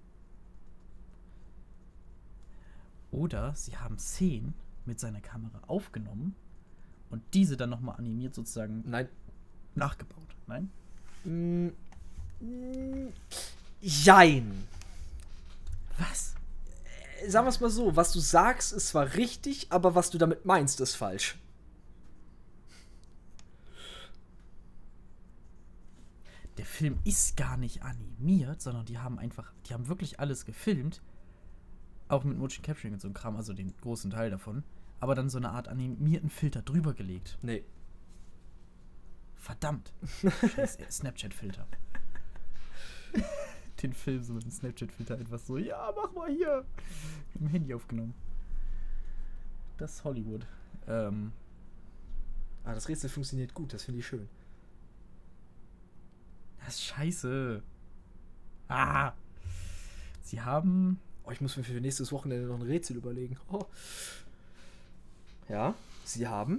Oder sie haben Szenen mit seiner Kamera aufgenommen und diese dann nochmal animiert sozusagen Nein. nachgebaut. Nein? Mm, mm, jein. Was? Äh, Sagen wir es mal so, was du sagst, ist zwar richtig, aber was du damit meinst, ist falsch. Der Film ist gar nicht animiert, sondern die haben einfach, die haben wirklich alles gefilmt. Auch mit Motion Capturing und so ein Kram, also den großen Teil davon. Aber dann so eine Art animierten Filter drüber gelegt. Nee. Verdammt. Scheiß Snapchat-Filter. Den Film so mit dem Snapchat-Filter einfach so, ja, mach mal hier. Mit dem Handy aufgenommen. Das ist Hollywood. Ähm. Ah, das Rätsel funktioniert gut, das finde ich schön. Das ist scheiße. Ah. Sie haben... Oh, ich muss mir für nächstes Wochenende noch ein Rätsel überlegen. Oh. Ja, sie haben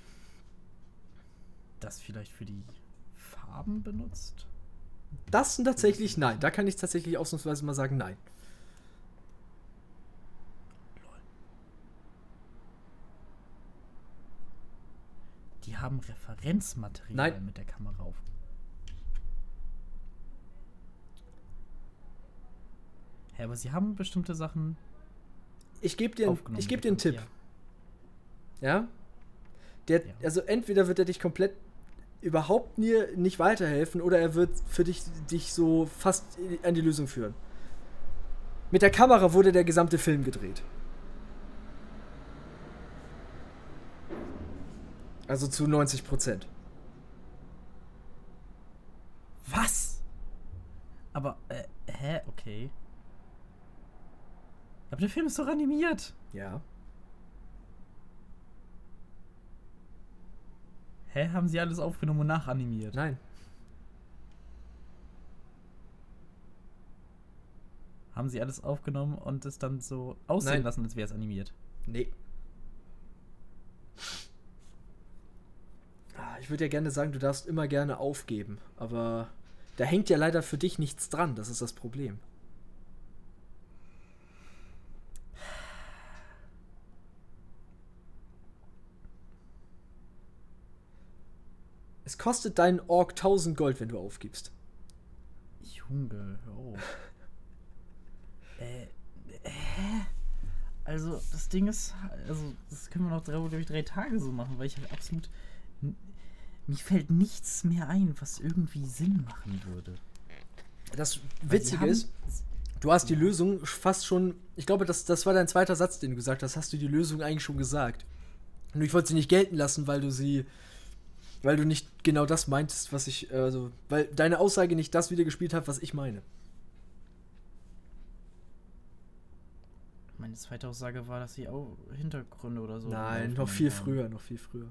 das vielleicht für die Farben benutzt? das sind tatsächlich nein. Da kann ich tatsächlich ausnahmsweise mal sagen nein. Die haben Referenzmaterial Nein. mit der Kamera auf. Ja, aber sie haben bestimmte Sachen Ich gebe dir, aufgenommen. ich geb dir einen Tipp. Ja. Ja? Der, Ja. Also entweder wird er dich komplett überhaupt nie, nicht weiterhelfen oder er wird für dich, dich so fast an die Lösung führen. Mit der Kamera wurde der gesamte Film gedreht. Also zu neunzig Prozent. Was? Aber, äh, hä? Okay. Aber der Film ist doch animiert. Ja. Hä? Haben sie alles aufgenommen und nachanimiert? Nein. Haben sie alles aufgenommen und es dann so aussehen Nein. lassen, als wäre es animiert? Nee. Ah, Ich würde ja gerne sagen, du darfst immer gerne aufgeben, aber da hängt ja leider für dich nichts dran, das ist das Problem. Es kostet deinen Ork tausend Gold, wenn du aufgibst. Junge, hör auf. äh, hä? Also, das Ding ist, also, das können wir noch drei, glaube ich, drei Tage so machen, weil ich halt absolut. n- Mir fällt nichts mehr ein, was irgendwie Sinn machen würde. Das Weil Witzige sie haben- ist, du hast die Lösung fast schon, ich glaube, das, das war dein zweiter Satz, den du gesagt hast, hast du die Lösung eigentlich schon gesagt. Und ich wollte sie nicht gelten lassen, weil du sie, weil du nicht genau das meintest, was ich, also, weil deine Aussage nicht das wiedergespielt hat, was ich meine. Meine zweite Aussage war, dass sie auch Hintergründe oder so. Nein, noch aufgenommen viel haben. früher, noch viel früher.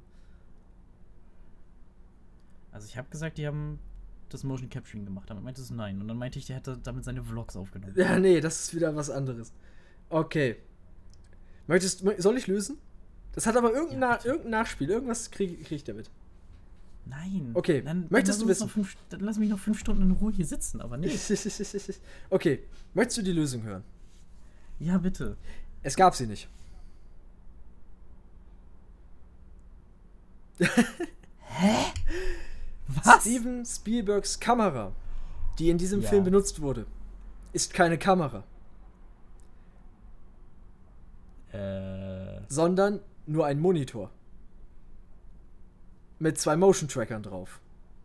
Also, ich habe gesagt, die haben das Motion Capturing gemacht. Damit meinte es nein. Und dann meinte ich, der hätte damit seine Vlogs aufgenommen. Ja, nee, das ist wieder was anderes. Okay. Möchtest, mö- soll ich lösen? Das hat aber irgendein, Ja, Na- bitte. irgendein Nachspiel, irgendwas kriege krieg ich damit. Nein. Okay, Dann, möchtest dann du lass uns wissen? Noch fünf, dann lass mich noch fünf Stunden in Ruhe hier sitzen, aber nicht. Okay, möchtest du die Lösung hören? Ja, bitte. Es gab sie nicht. Was? Steven Spielbergs Kamera, die in diesem Ja. Film benutzt wurde, ist keine Kamera, Äh. sondern nur ein Monitor. Mit zwei Motion-Trackern drauf.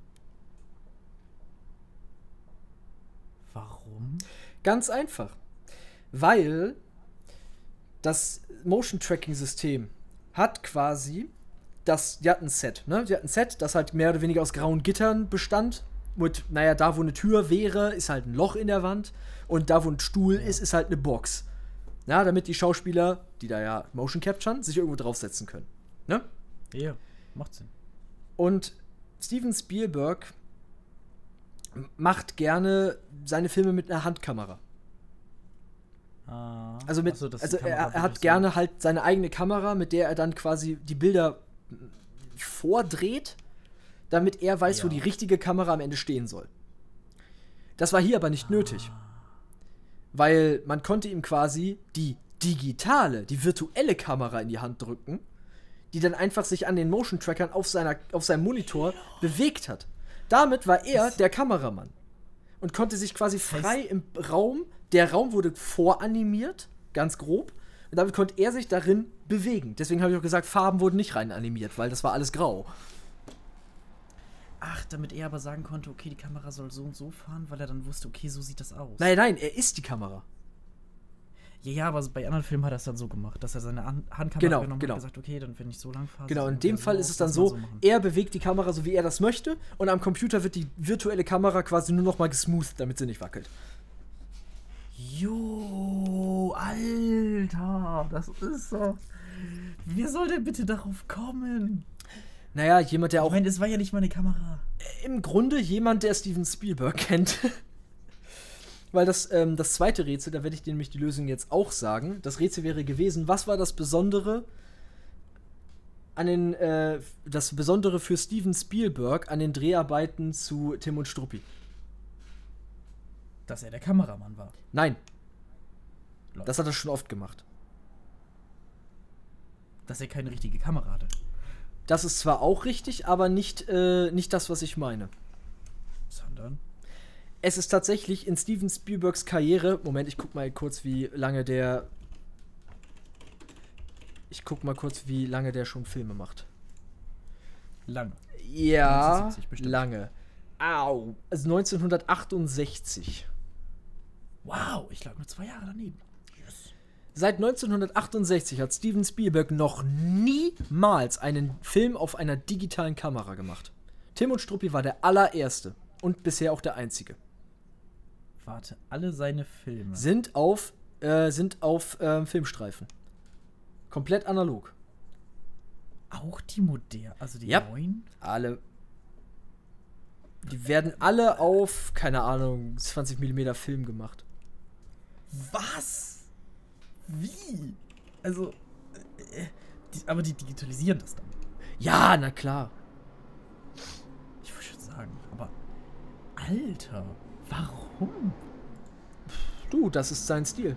Warum? Ganz einfach. Weil das Motion-Tracking-System hat quasi das, die hat ein Set, ne? Die hat ein Set, das halt mehr oder weniger aus grauen Gittern bestand. Mit, naja, da wo eine Tür wäre, ist halt ein Loch in der Wand. Und da wo ein Stuhl ist, ist halt eine Box. Na, damit die Schauspieler, die da ja Motion capturen, sich irgendwo draufsetzen können. Ne? Ja, macht Sinn. Und Steven Spielberg macht gerne seine Filme mit einer Handkamera. Ah, Also, mit, ach so, dass die also Kamera er, er wirklich hat so- gerne halt seine eigene Kamera, mit der er dann quasi die Bilder vordreht, damit er weiß, Ja. wo die richtige Kamera am Ende stehen soll. Das war hier aber nicht nötig. Weil man konnte ihm quasi die digitale, die virtuelle Kamera in die Hand drücken, die dann einfach sich an den Motion-Trackern auf, seiner, auf seinem Monitor bewegt hat. Damit war er Das- der Kameramann und konnte sich quasi frei im Raum, der Raum wurde voranimiert, ganz grob, und damit konnte er sich darin bewegen. Deswegen habe ich auch gesagt, Farben wurden nicht rein animiert, weil das war alles grau. Ach, damit er aber sagen konnte, okay, die Kamera soll so und so fahren, weil er dann wusste, okay, so sieht das aus. Nein, nein, er ist die Kamera. Ja, ja, aber bei anderen Filmen hat er es dann so gemacht, dass er seine Hand Handkamera Genau, genommen genau. hat und gesagt, okay, dann wenn ich so lang fahre. Genau, sieht in dem ungefähr Fall so ist es aus, dann lass mal so, machen. er bewegt die Kamera so, wie er das möchte, und am Computer wird die virtuelle Kamera quasi nur noch mal gesmoothed, damit sie nicht wackelt. Jo, Alter, das ist so. Wer soll denn bitte darauf kommen? Naja, jemand, der Ich auch meine, es war ja nicht mal eine Kamera. im Grunde jemand, der Steven Spielberg kennt. Weil das, ähm, das zweite Rätsel, da werde ich dir nämlich die Lösung jetzt auch sagen. Das Rätsel wäre gewesen, was war das Besondere an den, äh, das Besondere für Steven Spielberg an den Dreharbeiten zu Tim und Struppi? Dass er der Kameramann war. Nein, Lol. das hat er schon oft gemacht. Dass er keine richtige Kamera hatte. Das ist zwar auch richtig, aber nicht, äh, nicht das, was ich meine. Sondern. Es ist tatsächlich in Steven Spielbergs Karriere. Moment, ich guck mal kurz, wie lange der. Ich guck mal kurz, wie lange der schon Filme macht. Lang. Ja, neunzehnhundertsiebzig bestimmt. lange. Au. Also neunzehnhundertachtundsechzig. Wow, ich lag nur zwei Jahre daneben. Yes. Seit neunzehnhundertachtundsechzig hat Steven Spielberg noch niemals einen Film auf einer digitalen Kamera gemacht. Tim und Struppi war der allererste und bisher auch der einzige. Warte, alle seine Filme. Sind auf, äh, sind auf ähm, Filmstreifen. Komplett analog. Auch die modernen, also die Yep. neuen? Alle. Die werden alle auf, keine Ahnung, zwanzig Millimeter Film gemacht. Was? Wie? Also, äh, die, aber die digitalisieren das dann. Ja, na klar. Ich wollte schon sagen, aber Alter, warum? Du, das ist sein Stil.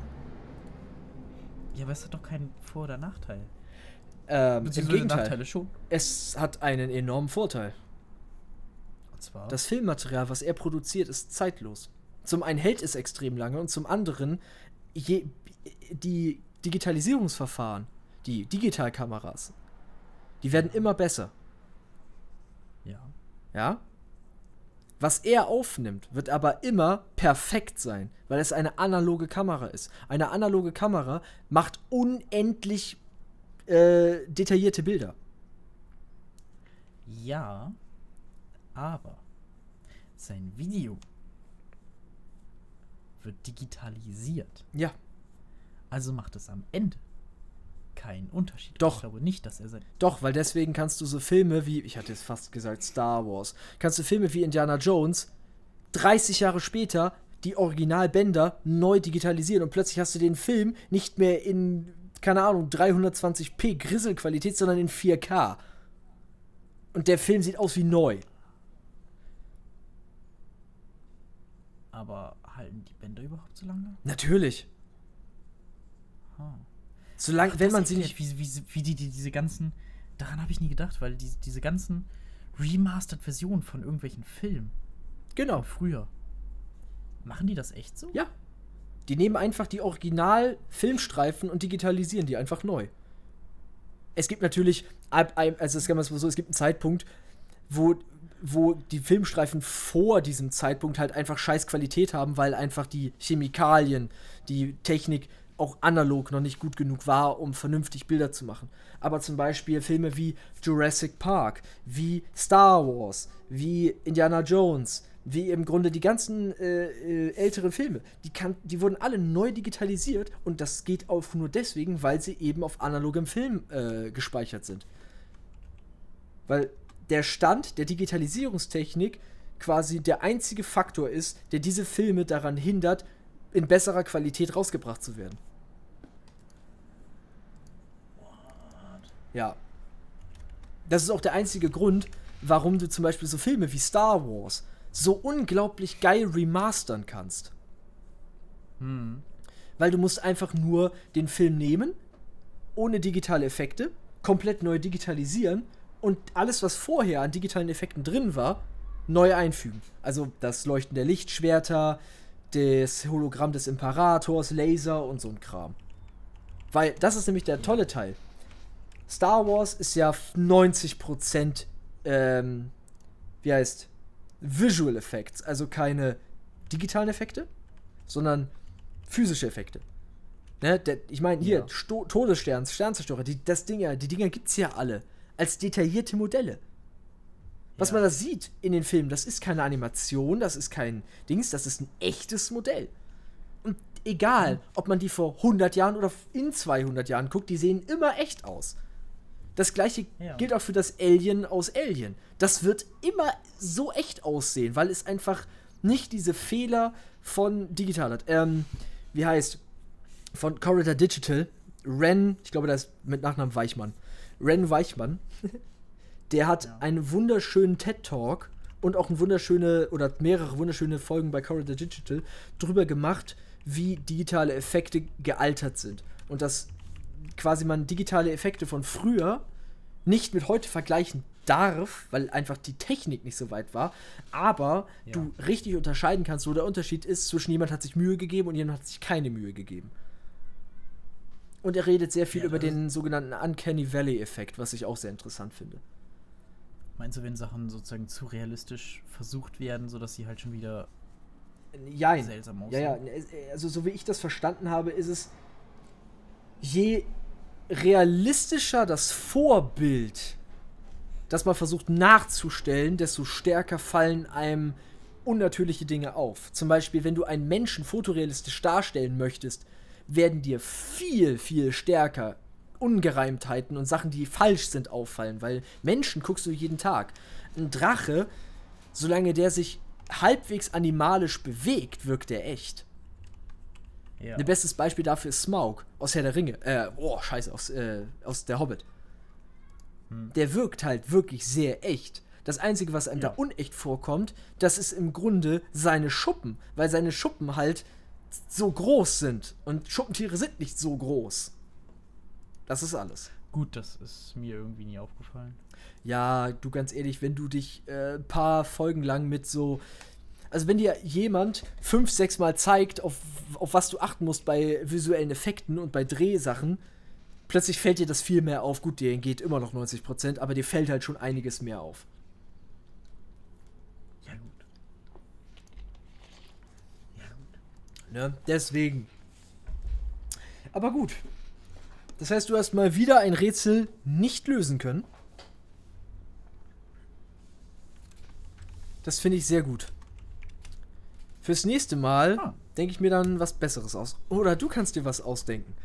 Ja, aber es hat doch keinen Vor- oder Nachteil. Ähm, Im Beziehungsweise Gegenteil. Nachteile schon. Es hat einen enormen Vorteil. Und zwar? Das Filmmaterial, was er produziert, ist zeitlos. Zum einen hält es extrem lange und zum anderen je, die Digitalisierungsverfahren, die Digitalkameras, die werden immer besser. Ja. Ja? Was er aufnimmt, wird aber immer perfekt sein, weil es eine analoge Kamera ist. Eine analoge Kamera macht unendlich äh, detaillierte Bilder. Ja, aber sein Video wird digitalisiert. Ja. Also macht es am Ende keinen Unterschied. Doch. Ich glaube nicht, dass er sein. Doch, weil deswegen kannst du so Filme wie, ich hatte jetzt fast gesagt Star Wars, kannst du Filme wie Indiana Jones dreißig Jahre später die Originalbänder neu digitalisieren und plötzlich hast du den Film nicht mehr in, keine Ahnung, dreihundertzwanzig p Grisselqualität, sondern in vier K. Und der Film sieht aus wie neu. Aber halten die Bänder überhaupt so lange? Natürlich. Hm. Solange, Ach, wenn das man sie erklärt, nicht. Wie, wie, wie die, die diese ganzen. Daran habe ich nie gedacht, weil die, diese ganzen Remastered-Versionen von irgendwelchen Filmen Genau. von früher. Machen die das echt so? Ja. Die nehmen einfach die Original-Filmstreifen und digitalisieren die einfach neu. Es gibt natürlich, ab einem- also es kann man so, es gibt einen Zeitpunkt, wo, wo die Filmstreifen vor diesem Zeitpunkt halt einfach scheiß Qualität haben, weil einfach die Chemikalien, die Technik auch analog noch nicht gut genug war, um vernünftig Bilder zu machen. Aber zum Beispiel Filme wie Jurassic Park, wie Star Wars, wie Indiana Jones, wie im Grunde die ganzen äh, äh, älteren Filme, die, kann, die wurden alle neu digitalisiert und das geht auch nur deswegen, weil sie eben auf analogem Film äh, gespeichert sind. Weil der Stand der Digitalisierungstechnik quasi der einzige Faktor ist, der diese Filme daran hindert, in besserer Qualität rausgebracht zu werden. Ja. Das ist auch der einzige Grund, warum du zum Beispiel so Filme wie Star Wars so unglaublich geil remastern kannst. Hm. Weil du musst einfach nur den Film nehmen, ohne digitale Effekte, komplett neu digitalisieren und alles, was vorher an digitalen Effekten drin war, neu einfügen. Also das Leuchten der Lichtschwerter, das Hologramm des Imperators, Laser und so ein Kram. Weil das ist nämlich der tolle Teil. Star Wars ist ja neunzig Prozent ähm, wie heißt Visual Effects, also keine digitalen Effekte, sondern physische Effekte. Ne, der, ich meine, hier, Ja. Sto- Todesstern, Sternzerstörer, die, das Ding, ja- die Dinger gibt's ja alle. Als detaillierte Modelle. Was Ja. man da sieht in den Filmen, das ist keine Animation, das ist kein Dings, das ist ein echtes Modell. Und egal, ob man die vor hundert Jahren oder in zweihundert Jahren guckt, die sehen immer echt aus. Das gleiche Ja. gilt auch für das Alien aus Alien. Das wird immer so echt aussehen, weil es einfach nicht diese Fehler von digital hat. Ähm, wie heißt, von Corridor Digital, Ren, ich glaube, das ist mit Nachnamen Weichmann. Ren Weichmann, der hat Ja. einen wunderschönen TED-Talk und auch eine wunderschöne, oder mehrere wunderschöne Folgen bei Corridor Digital drüber gemacht, wie digitale Effekte gealtert sind. Und dass quasi man digitale Effekte von früher nicht mit heute vergleichen darf, weil einfach die Technik nicht so weit war, aber Ja. du richtig unterscheiden kannst, wo der Unterschied ist zwischen jemand hat sich Mühe gegeben und jemand hat sich keine Mühe gegeben. Und er redet sehr viel Ja, über das- den sogenannten Uncanny Valley-Effekt, was ich auch sehr interessant finde. Meinst du, wenn Sachen sozusagen zu realistisch versucht werden, sodass sie halt schon wieder Jein. seltsam Ja, ja, aussehen? also so wie ich das verstanden habe, ist es, je realistischer das Vorbild, das man versucht nachzustellen, desto stärker fallen einem unnatürliche Dinge auf. Zum Beispiel, wenn du einen Menschen fotorealistisch darstellen möchtest, werden dir viel, viel stärker Ungereimtheiten und Sachen, die falsch sind, auffallen, weil Menschen guckst du jeden Tag. Ein Drache, solange der sich halbwegs animalisch bewegt, wirkt er echt. Ja. Ein bestes Beispiel dafür ist Smaug aus Herr der Ringe. Äh, oh, scheiße, aus, äh, aus der Hobbit. Hm. Der wirkt halt wirklich sehr echt. Das Einzige, was einem Ja. da unecht vorkommt, das ist im Grunde seine Schuppen, weil seine Schuppen halt so groß sind. Und Schuppentiere sind nicht so groß. Das ist alles. Gut, das ist mir irgendwie nie aufgefallen. Ja, du ganz ehrlich, wenn du dich äh, ein paar Folgen lang mit so. Also, wenn dir jemand fünf, sechs Mal zeigt, auf, auf was du achten musst bei visuellen Effekten und bei Drehsachen, plötzlich fällt dir das viel mehr auf. Gut, dir geht immer noch neunzig Prozent, aber dir fällt halt schon einiges mehr auf. Ja, gut. Ja, gut. Ne? Deswegen. Aber gut. Das heißt, du hast mal wieder ein Rätsel nicht lösen können. Das finde ich sehr gut. Fürs nächste Mal Ah. denke ich mir dann was Besseres aus. Oder du kannst dir was ausdenken.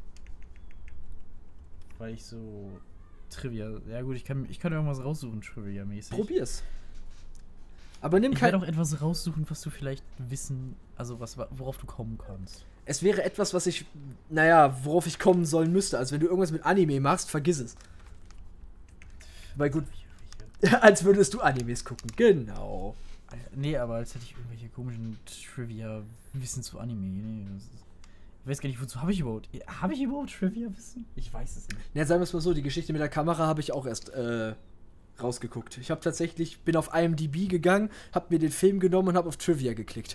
Weil ich so Trivia. Ja, gut, ich kann, ich kann irgendwas raussuchen, Trivia-mäßig. Probier's. Aber nimm Ich kein. werde auch etwas raussuchen, was du vielleicht wissen, also was, worauf du kommen kannst. Es wäre etwas, was ich. Naja, worauf ich kommen sollen müsste. Also, wenn du irgendwas mit Anime machst, vergiss es. Weil gut. Als würdest du Animes gucken. Genau. Nee, aber als hätte ich irgendwelche komischen Trivia-Wissen zu Anime. Nee, das ist, ich weiß gar nicht, wozu habe ich überhaupt. Habe ich überhaupt Trivia-Wissen? Ich weiß es nicht. Na, sagen wir es mal so, die Geschichte mit der Kamera habe ich auch erst äh, rausgeguckt. Ich habe tatsächlich, bin auf I M D B gegangen, habe mir den Film genommen und habe auf Trivia geklickt.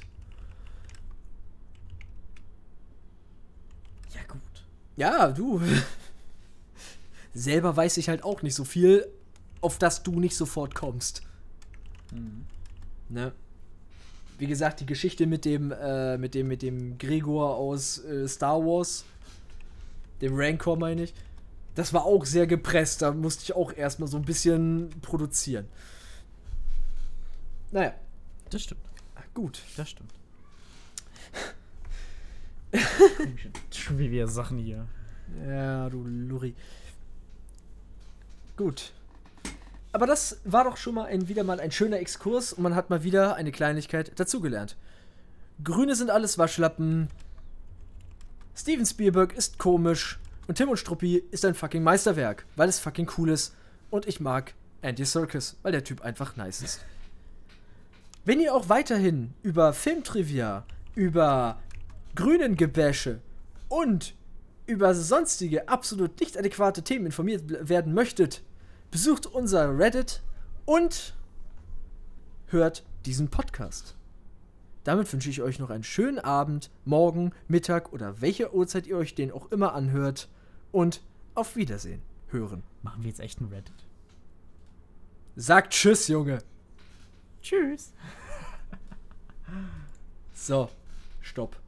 Ja, gut. Ja, du. Selber weiß ich halt auch nicht so viel, auf das du nicht sofort kommst. Mhm. Ne? Wie gesagt, die Geschichte mit dem, äh, mit dem, mit dem Gregor aus äh, Star Wars, dem Rancor meine ich, das war auch sehr gepresst. Da musste ich auch erstmal so ein bisschen produzieren. Naja, Das stimmt. gut. Das stimmt. Trivia-Sachen hier. Ja, du Luri. Gut. Aber das war doch schon mal ein, wieder mal ein schöner Exkurs und man hat mal wieder eine Kleinigkeit dazugelernt. Grüne sind alles Waschlappen. Steven Spielberg ist komisch. Und Tim und Struppi ist ein fucking Meisterwerk, weil es fucking cool ist. Und ich mag Andy Serkis, weil der Typ einfach nice ist. Wenn ihr auch weiterhin über Filmtrivia, über Grünen-Gebäsche und über sonstige absolut nicht adäquate Themen informiert werden möchtet, besucht unser Reddit und hört diesen Podcast. Damit wünsche ich euch noch einen schönen Abend, Morgen, Mittag oder welche Uhrzeit ihr euch den auch immer anhört und auf Wiedersehen hören. Machen wir jetzt echt einen Reddit? Sagt Tschüss, Junge. Tschüss. So, stopp.